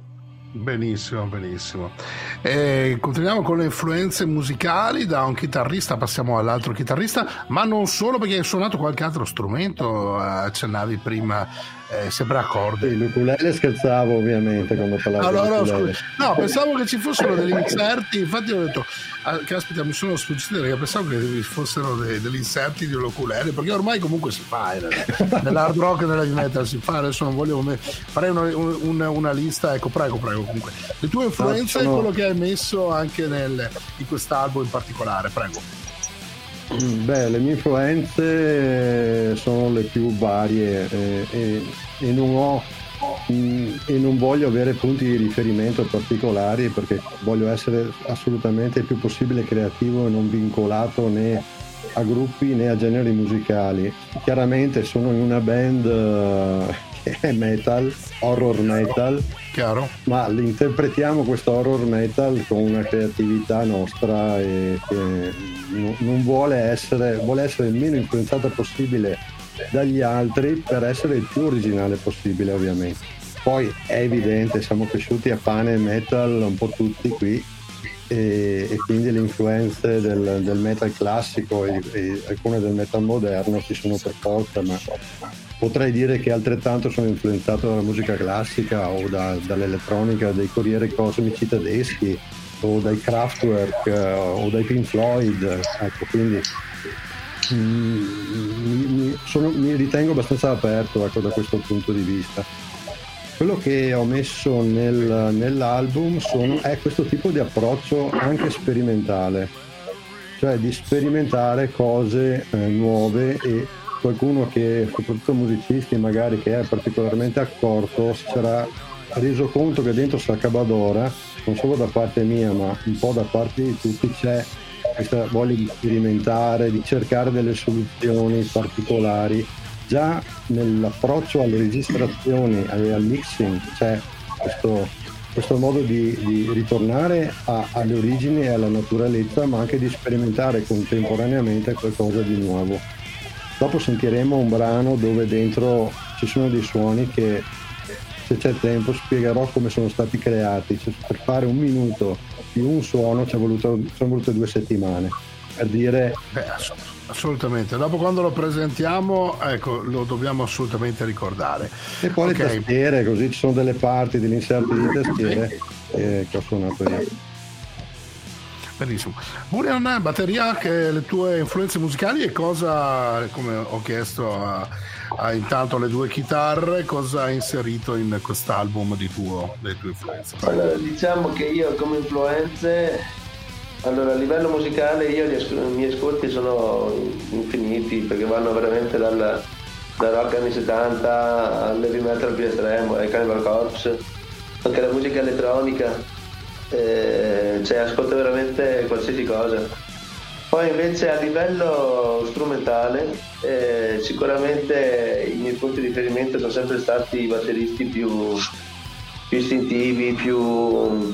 Benissimo, benissimo. Continuiamo con le influenze musicali. Da un chitarrista passiamo all'altro chitarrista, ma non solo, perché hai suonato qualche altro strumento, accennavi prima, sempre a corde. Sì, l'ukulele, scherzavo ovviamente quando parlavo dell'ukulele. No, pensavo che ci fossero degli inserti, infatti ho detto, caspita, mi sono sfuggito perché pensavo che ci fossero degli inserti di ukulele, perché ormai comunque si fa nell'hard rock e nella heavy metal si fa. Adesso non voglio farei una lista, ecco, prego comunque le tue influenze e quello che hai messo anche in quest'album in particolare, prego. Beh, le mie influenze sono le più varie e non voglio avere punti di riferimento particolari, perché voglio essere assolutamente il più possibile creativo e non vincolato né a gruppi né a generi musicali. Chiaramente sono in una band che è metal, horror metal, chiaro, ma interpretiamo questo horror metal con una creatività nostra e che non vuole essere il meno influenzata possibile dagli altri per essere il più originale possibile, ovviamente. Poi è evidente, siamo cresciuti a pane e metal un po' tutti qui, e quindi le influenze del metal classico e alcune del metal moderno ci sono per forza, ma potrei dire che altrettanto sono influenzato dalla musica classica o dall'elettronica dei Corrieri Cosmici tedeschi o dai Kraftwerk o dai Pink Floyd, ecco, quindi mi ritengo abbastanza aperto, ecco, da questo punto di vista. Quello che ho messo nell'album è questo tipo di approccio anche sperimentale, cioè di sperimentare cose nuove, e qualcuno che, soprattutto musicisti magari, che è particolarmente accorto, si sarà reso conto che dentro Sacabadora, non solo da parte mia ma un po' da parte di tutti, c'è questa voglia di sperimentare, di cercare delle soluzioni particolari. Già nell'approccio alle registrazioni e al mixing c'è questo modo di ritornare alle origini e alla naturalezza, ma anche di sperimentare contemporaneamente qualcosa di nuovo. Dopo sentiremo un brano dove dentro ci sono dei suoni che, se c'è tempo, spiegherò come sono stati creati. Cioè, per fare un minuto di un suono ci sono volute 2 settimane, per dire. Assolutamente, dopo quando lo presentiamo, ecco, lo dobbiamo assolutamente ricordare. E poi le tastiere, così ci sono delle parti degli inserti di tastiere che ho suonato io. Benissimo. Burian, batteria, che le tue influenze musicali e cosa, come ho chiesto a intanto le 2 chitarre, cosa hai inserito in quest'album delle tue influenze? Allora, diciamo che io come influenze, allora, a livello musicale i miei ascolti sono infiniti, perché vanno veramente dal rock anni 70 all'heavy metal più estremo, ai Cannibal Corpse, anche la musica elettronica. Cioè, ascolto veramente qualsiasi cosa. Poi invece a livello strumentale sicuramente i miei punti di riferimento sono sempre stati i batteristi più istintivi, più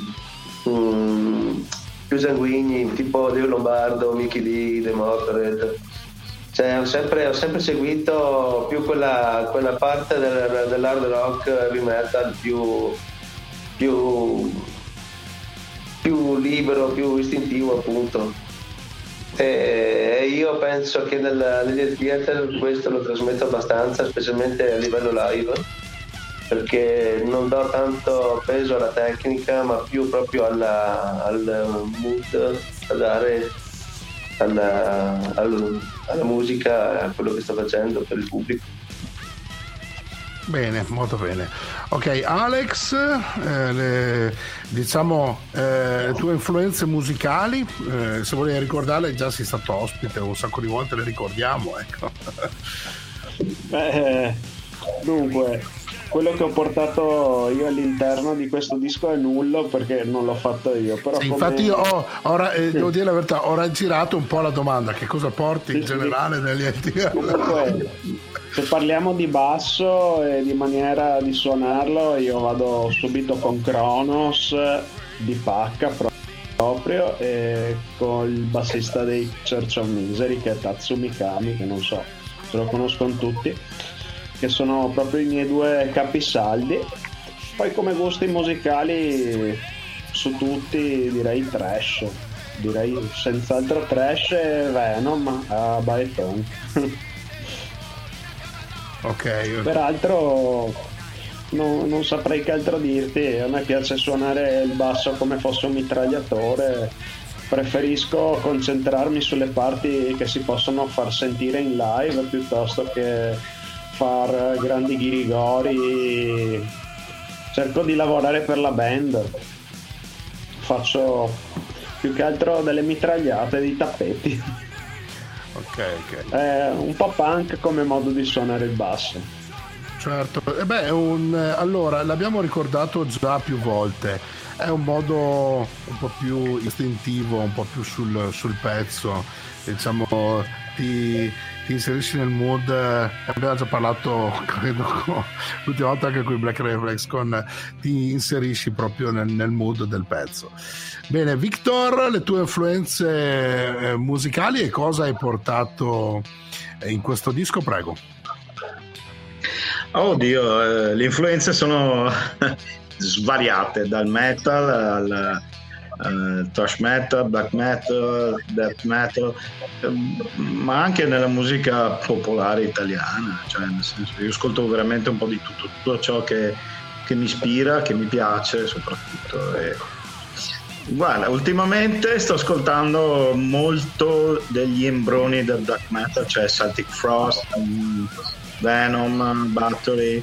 sanguigni, tipo Leo Lombardo, Mickey Lee, The Motorhead. Cioè, ho sempre seguito più quella parte dell'hard rock, heavy metal più libero, più istintivo, appunto. E io penso che nell'Idiot Theater questo lo trasmetto abbastanza, specialmente a livello live, perché non do tanto peso alla tecnica, ma più proprio al mood da dare alla musica, a quello che sto facendo per il pubblico. Bene, molto bene. Ok, Alex, le tue influenze musicali, se volevi ricordarle, già sei stato ospite un sacco di volte, le ricordiamo, ecco. Dunque, quello che ho portato io all'interno di questo disco è nullo, perché non l'ho fatto io, però sì, infatti io devo dire la verità, ho raggirato un po' la domanda: che cosa porti in generale negli enti? Comunque, se parliamo di basso e di maniera di suonarlo, io vado subito con Kronos di pacca proprio, e con il bassista dei Church of Misery, che è Tatsumi Kami, che non so se lo conoscono tutti, che sono proprio i miei 2 capisaldi. Poi come gusti musicali su tutti direi trash, direi senz'altro trash e Venom a baritone. Ok. Peraltro non saprei che altro dirti, a me piace suonare il basso come fosse un mitragliatore, preferisco concentrarmi sulle parti che si possono far sentire in live piuttosto che far grandi ghirigori. Cerco di lavorare per la band, faccio più che altro delle mitragliate di tappeti. Ok. È un po' punk come modo di suonare il basso. Certo, allora l'abbiamo ricordato già più volte, è un modo un po' più istintivo, un po' più sul pezzo, diciamo, ti inserisci nel mood. Abbiamo già parlato, credo, l'ultima volta anche con i Black Reflex, ti inserisci proprio nel mood del pezzo. Bene, Victor, le tue influenze musicali e cosa hai portato in questo disco, prego. Oddio, le influenze sono svariate, dal metal al thrash metal, black metal, death metal, ma anche nella musica popolare italiana, cioè nel senso, io ascolto veramente un po' di tutto ciò che mi ispira, che mi piace soprattutto. Guarda, ultimamente sto ascoltando molto degli embroni del black metal, cioè Celtic Frost, Venom, Battery,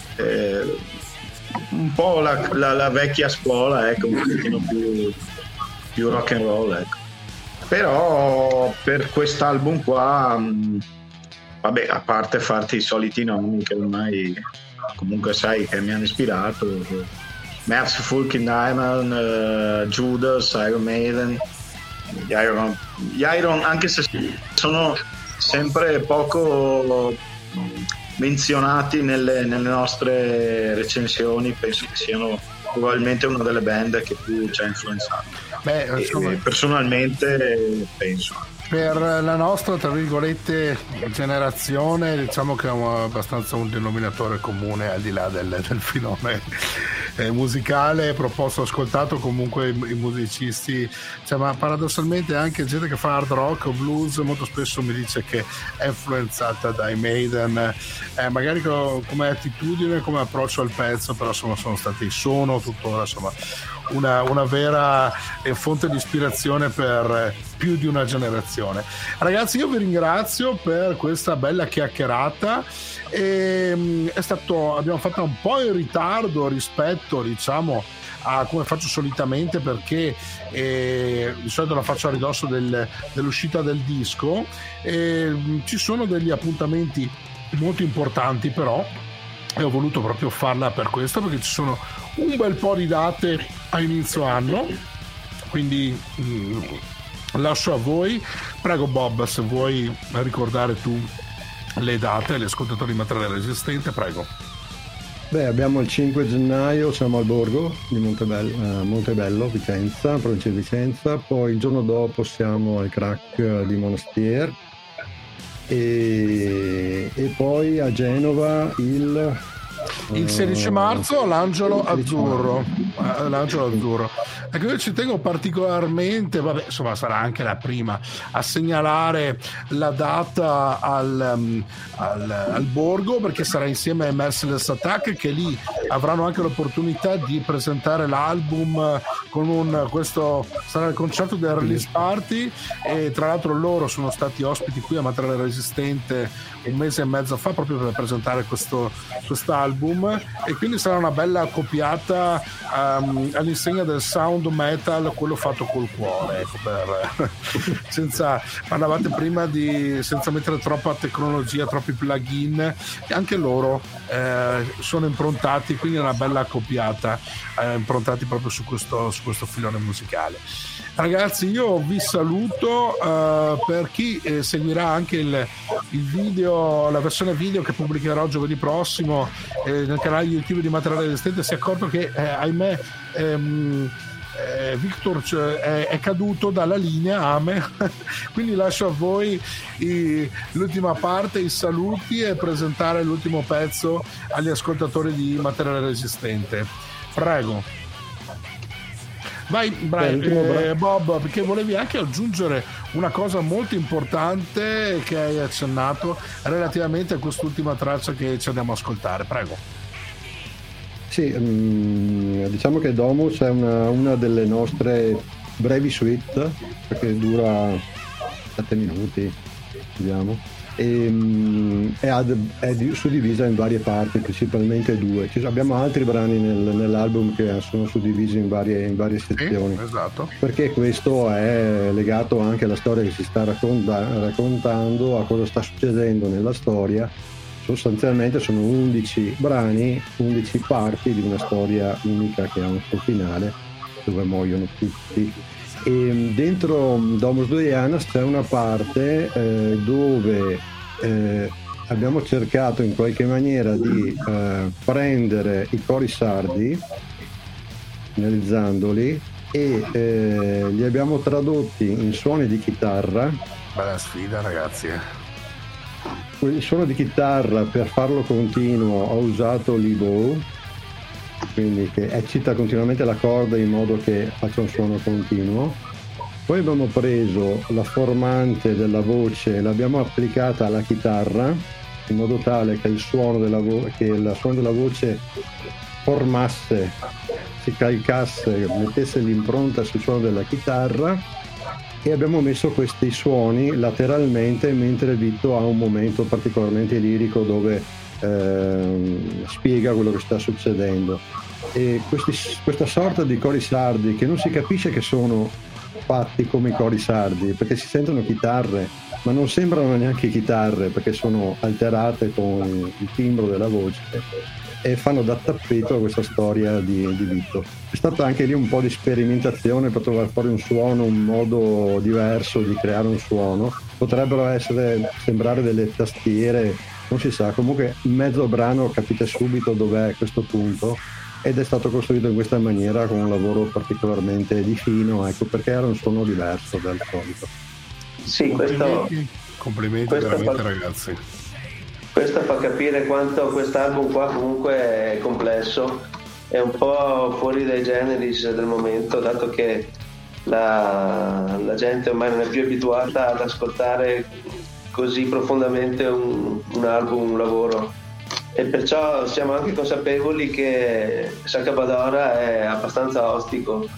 un po' la vecchia scuola, ecco, un pochettino più rock and roll, ecco. Però per quest'album qua, vabbè, a parte farti i soliti nomi che ormai comunque sai che mi hanno ispirato, Merciful, King Diamond, Judas, Iron Maiden, gli Iron, anche se sono sempre poco menzionati nelle nostre recensioni, penso che siano probabilmente una delle band che più ci ha influenzato. Personalmente penso. Per la nostra, tra virgolette, generazione, diciamo che è abbastanza un denominatore comune, al di là del filone musicale proposto, ascoltato. Comunque i musicisti, cioè, ma paradossalmente anche gente che fa hard rock o blues molto spesso mi dice che è influenzata dai Maiden, magari come attitudine, come approccio al pezzo, però sono tuttora insomma una vera fonte di ispirazione per più di una generazione. Ragazzi, io vi ringrazio per questa bella chiacchierata. Abbiamo fatto un po' in ritardo rispetto, diciamo, a come faccio solitamente, perché di solito la faccio a ridosso dell'uscita del disco. Ci sono degli appuntamenti molto importanti, però, e ho voluto proprio farla per questo, perché ci sono un bel po' di date a inizio anno, quindi lascio a voi. Prego Bob, se vuoi ricordare tu le date agli ascoltatori di Materiale Resistente, prego. Abbiamo il 5 gennaio, siamo al Borgo di Montebello, Vicenza, provincia di Vicenza. Poi il giorno dopo siamo al Crack di Monastier e poi a Genova il 16 marzo all'Angelo Azzurro. Ecco, io ci tengo particolarmente, vabbè, insomma, sarà anche la prima a segnalare la data al Borgo, perché sarà insieme a Merciless Attack, che lì avranno anche l'opportunità di presentare l'album questo sarà il concerto del release party, e tra l'altro loro sono stati ospiti qui a Materiale Resistente un mese e mezzo fa proprio per presentare quest'album, e quindi sarà una bella accoppiata all'insegna del sound metal, quello fatto col cuore, ecco, senza mettere troppa tecnologia, troppi plugin, e anche loro sono improntati, quindi è una bella accoppiata, improntati proprio su questo filone musicale. Ragazzi, io vi saluto. Per chi seguirà anche il video, la versione video che pubblicherò giovedì prossimo nel canale YouTube di Materiale Resistente, si è accorto che ahimè Victor è caduto dalla linea AME quindi lascio a voi l'ultima parte, i saluti, e presentare l'ultimo pezzo agli ascoltatori di Materiale Resistente. Prego. Vai, Bob, perché volevi anche aggiungere una cosa molto importante che hai accennato relativamente a quest'ultima traccia che ci andiamo a ascoltare. Prego. Sì, diciamo che Domus è una delle nostre brevi suite, perché dura 7 minuti, vediamo, e è suddivisa in varie parti, principalmente 2. Abbiamo altri brani nell'album che sono suddivisi in varie sezioni. Esatto. Perché questo è legato anche alla storia che si sta raccontando, a cosa sta succedendo nella storia. Sostanzialmente sono 11 brani, 11 parti di una storia unica che ha un suo finale, dove muoiono tutti. E dentro Domus Doianas c'è una parte dove abbiamo cercato in qualche maniera di prendere i cori sardi, analizzandoli, e li abbiamo tradotti in suoni di chitarra. Bella sfida, ragazzi. Il suono di chitarra, per farlo continuo, ho usato l'e-bow, quindi che eccita continuamente la corda in modo che faccia un suono continuo. Poi abbiamo preso la formante della voce e l'abbiamo applicata alla chitarra in modo tale che il suono della voce formasse, si calcasse, mettesse l'impronta sul suono della chitarra, e abbiamo messo questi suoni lateralmente mentre Vito ha un momento particolarmente lirico dove spiega quello che sta succedendo. E questa sorta di cori sardi, che non si capisce che sono fatti come i cori sardi, perché si sentono chitarre ma non sembrano neanche chitarre perché sono alterate con il timbro della voce, e fanno da tappeto a questa storia di Vito. È stata anche lì un po' di sperimentazione per trovare fuori un suono, un modo diverso di creare un suono. Potrebbero sembrare delle tastiere, non si sa, comunque in mezzo al brano capite subito dov'è questo punto, ed è stato costruito in questa maniera con un lavoro particolarmente di fino, ecco perché era un suono diverso dal solito. Sì, complimenti veramente, ragazzi. Questo fa capire quanto quest'album qua comunque è complesso, è un po' fuori dai generis del momento, dato che la gente ormai non è più abituata ad ascoltare così profondamente un album, un lavoro, e perciò siamo anche consapevoli che Sacabadora è abbastanza ostico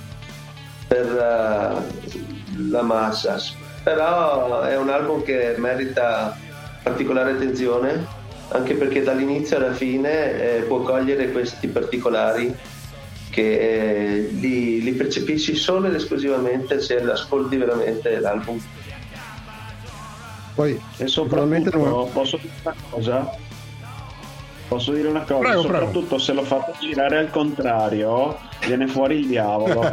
per la massa, però è un album che merita particolare attenzione, anche perché dall'inizio alla fine può cogliere questi particolari che li percepisci solo ed esclusivamente se ascolti veramente l'album. Poi e soprattutto posso dire una cosa? Prego, soprattutto se lo fate girare al contrario viene fuori il diavolo.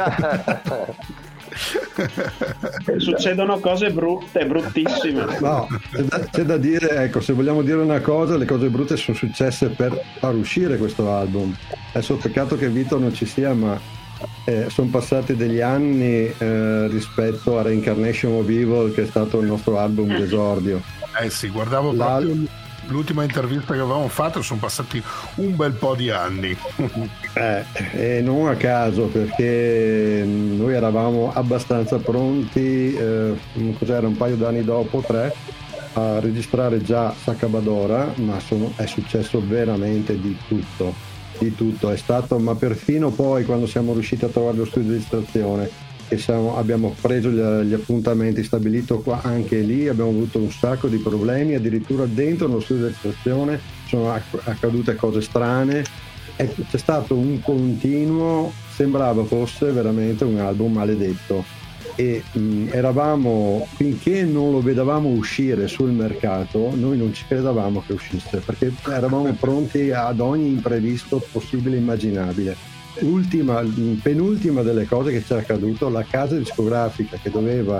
Succedono cose brutte, bruttissime. No, c'è da dire, ecco, se vogliamo dire una cosa, le cose brutte sono successe per far uscire questo album. Adesso peccato che Vito non ci sia, ma sono passati degli anni rispetto a Reincarnation of Evil, che è stato il nostro album d'esordio. Sì, guardavo proprio l'ultima intervista che avevamo fatto, sono passati un bel po' di anni. E non a caso, perché noi eravamo abbastanza pronti, cos'era, un paio d'anni dopo, 3, a registrare già Sacabadora, ma è successo veramente di tutto, è stato, ma perfino poi quando siamo riusciti a trovare lo studio di registrazione, che abbiamo preso gli appuntamenti, stabilito qua, anche lì abbiamo avuto un sacco di problemi, addirittura dentro lo studio di registrazione sono accadute cose strane, c'è stato un continuo, sembrava fosse veramente un album maledetto, e eravamo, finché non lo vedevamo uscire sul mercato, noi non ci credevamo che uscisse, perché eravamo pronti ad ogni imprevisto possibile e immaginabile. Penultima delle cose che ci è accaduto, la casa discografica che doveva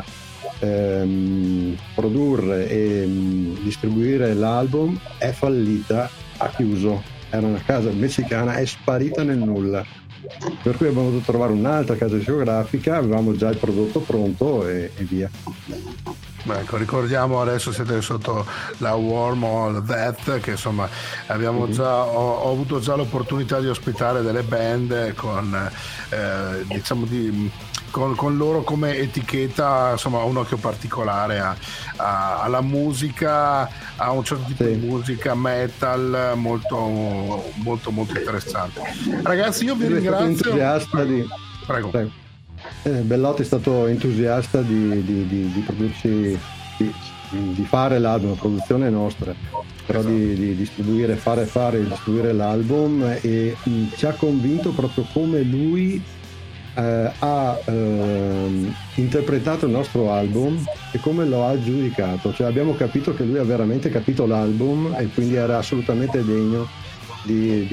produrre e distribuire l'album è fallita, ha chiuso, era una casa messicana, è sparita nel nulla, per cui abbiamo dovuto trovare un'altra casa discografica, avevamo già il prodotto pronto e via. Ecco, ricordiamo adesso siete sotto la Warm All That, che insomma abbiamo già ho avuto già l'opportunità di ospitare delle band con diciamo con loro come etichetta, insomma un occhio particolare alla musica, a un certo tipo di musica metal molto interessante. Ragazzi, io vi ringrazio. Prego. Bellotti è stato entusiasta di produrci, di fare l'album, la produzione è nostra, però di distribuire, distribuire l'album, e ci ha convinto proprio come lui ha interpretato il nostro album e come lo ha giudicato. Cioè abbiamo capito che lui ha veramente capito l'album e quindi era assolutamente degno di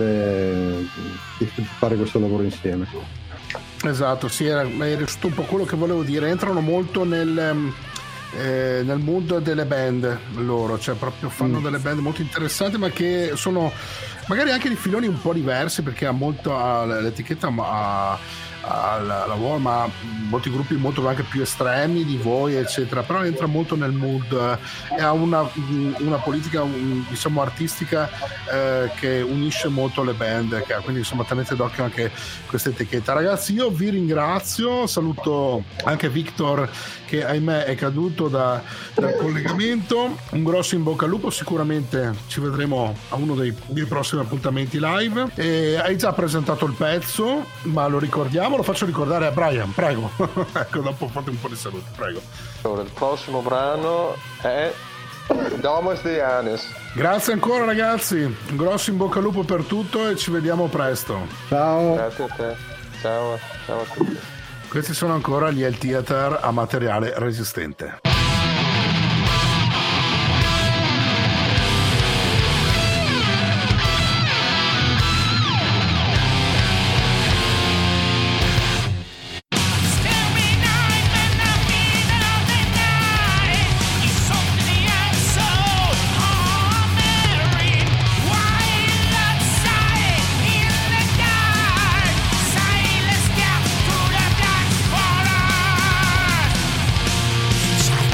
fare questo lavoro insieme. Esatto, sì, era giusto un po' quello che volevo dire. Entrano molto nel mood delle band loro, cioè proprio fanno delle band molto interessanti, ma che sono magari anche di filoni un po' diversi, perché ha molto l'etichetta alla Warm, ma molti gruppi molto anche più estremi di voi eccetera, però entra molto nel mood e ha una politica diciamo artistica che unisce molto le band che ha, quindi insomma tenete d'occhio anche questa etichetta. Ragazzi, io vi ringrazio, saluto anche Victor che ahimè è caduto dal collegamento, un grosso in bocca al lupo, sicuramente ci vedremo a uno dei prossimi appuntamenti live. E hai già presentato il pezzo, ma lo ricordiamo, lo faccio ricordare a Brian, prego. Ecco, dopo fate un po' di saluti, prego. Allora, il prossimo brano è Domus di Anis. Grazie ancora ragazzi, un grosso in bocca al lupo per tutto e ci vediamo presto. Ciao. Grazie a te. Ciao a tutti. Questi sono ancora gli El Theater a materiale resistente. Silence,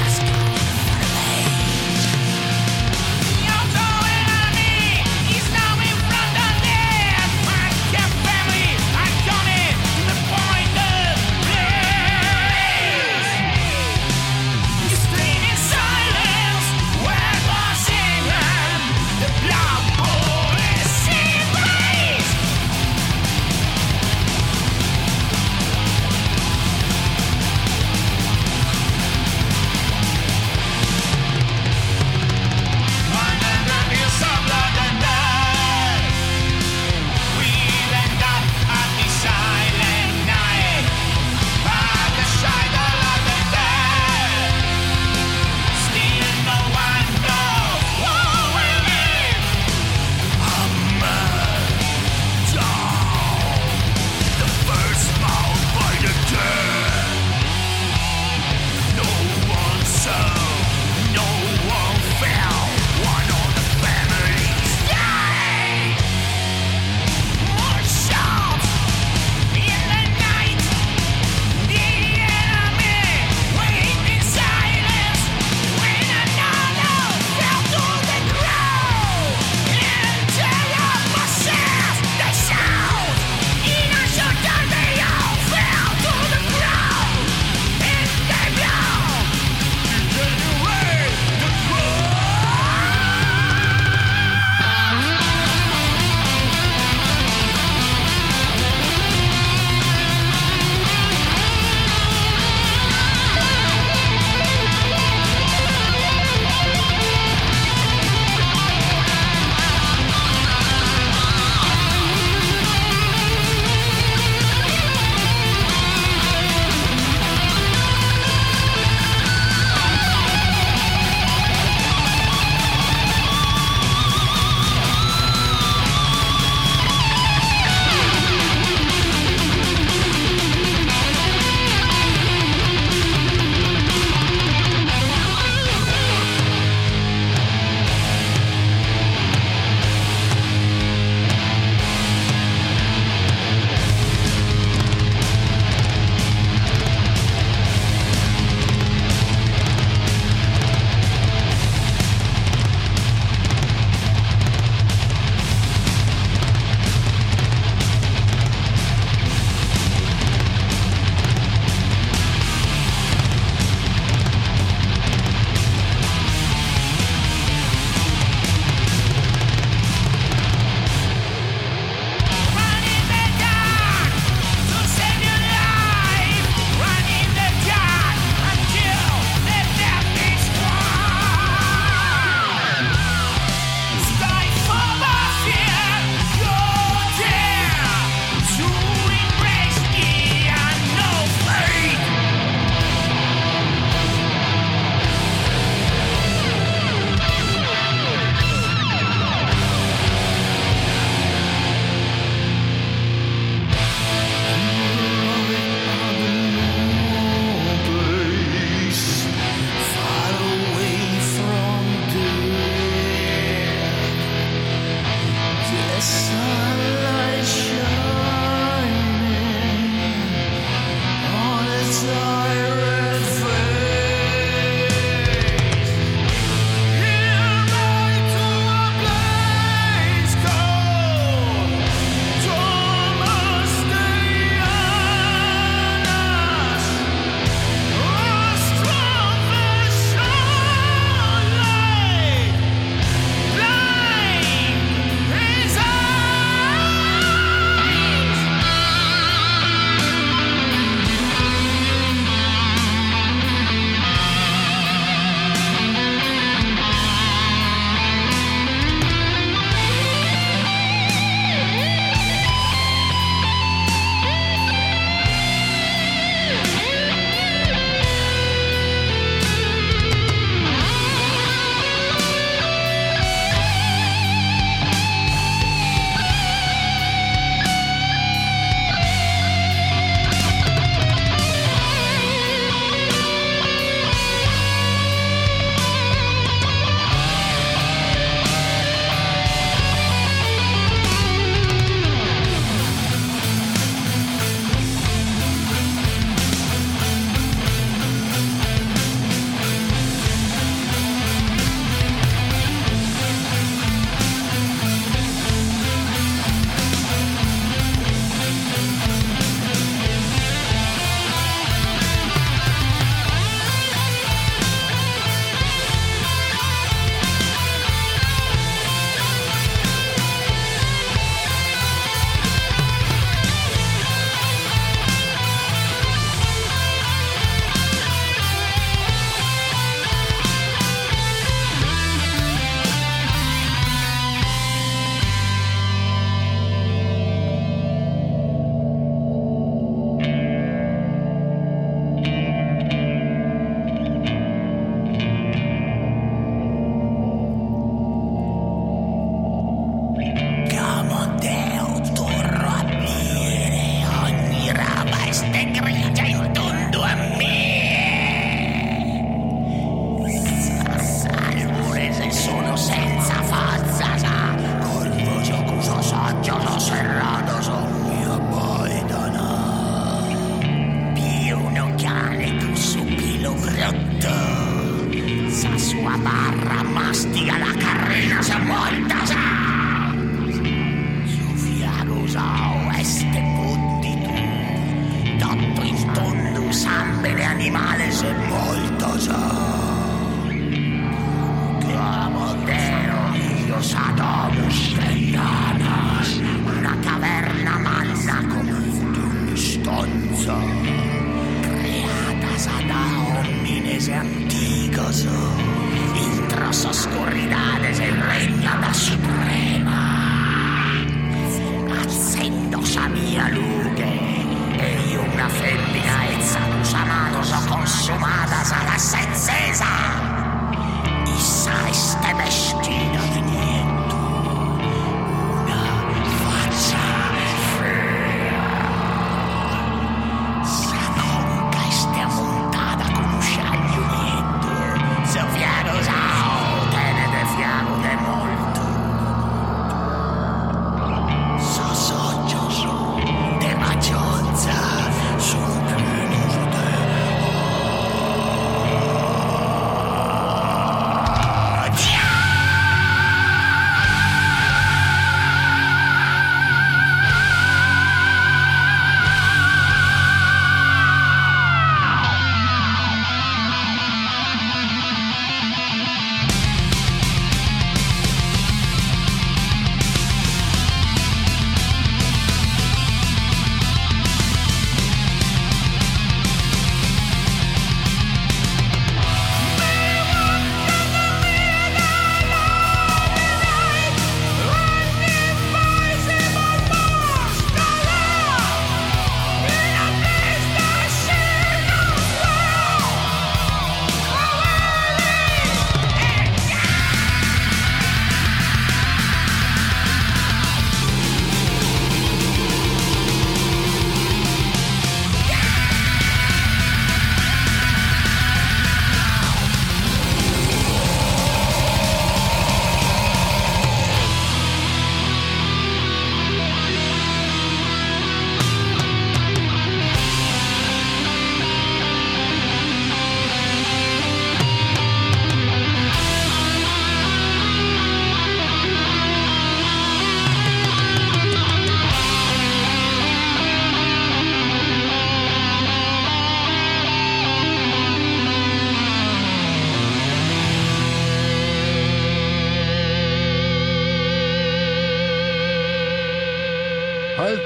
Su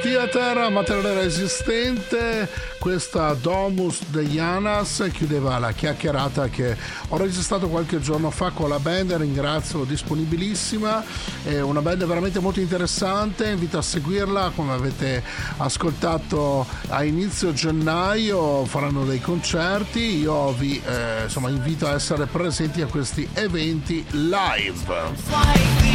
Theater, materiale resistente. Questa Domus de Janas chiudeva la chiacchierata che ho registrato qualche giorno fa con la band. Ringrazio, disponibilissima, è una band veramente molto interessante, invito a seguirla. Come avete ascoltato, a inizio gennaio faranno dei concerti. Io vi invito a essere presenti a questi eventi live.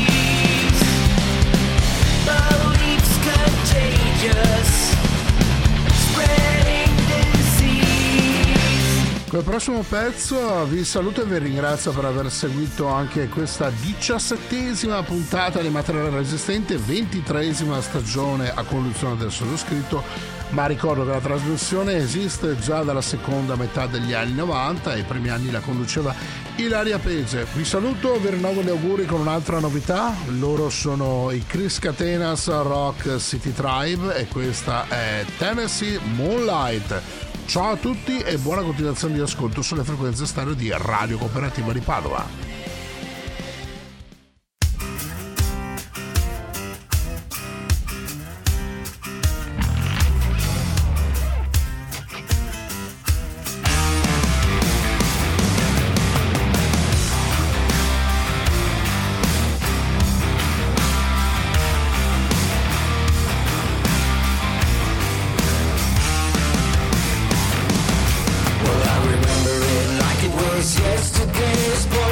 Col prossimo pezzo vi saluto e vi ringrazio per aver seguito anche questa 17ª puntata di Materiale Resistente, 23ª stagione a conduzione del sottoscritto, ma ricordo che la trasmissione esiste già dalla seconda metà degli anni 90 e i primi anni la conduceva Ilaria Pege. Vi saluto, vi rinnovo gli auguri con un'altra novità. Loro sono i Chris Catenas Rock City Tribe e questa è Tennessee Moonlight. Ciao a tutti e buona continuazione di ascolto sulle frequenze stereo di Radio Cooperativa di Padova. Yesterday's boy.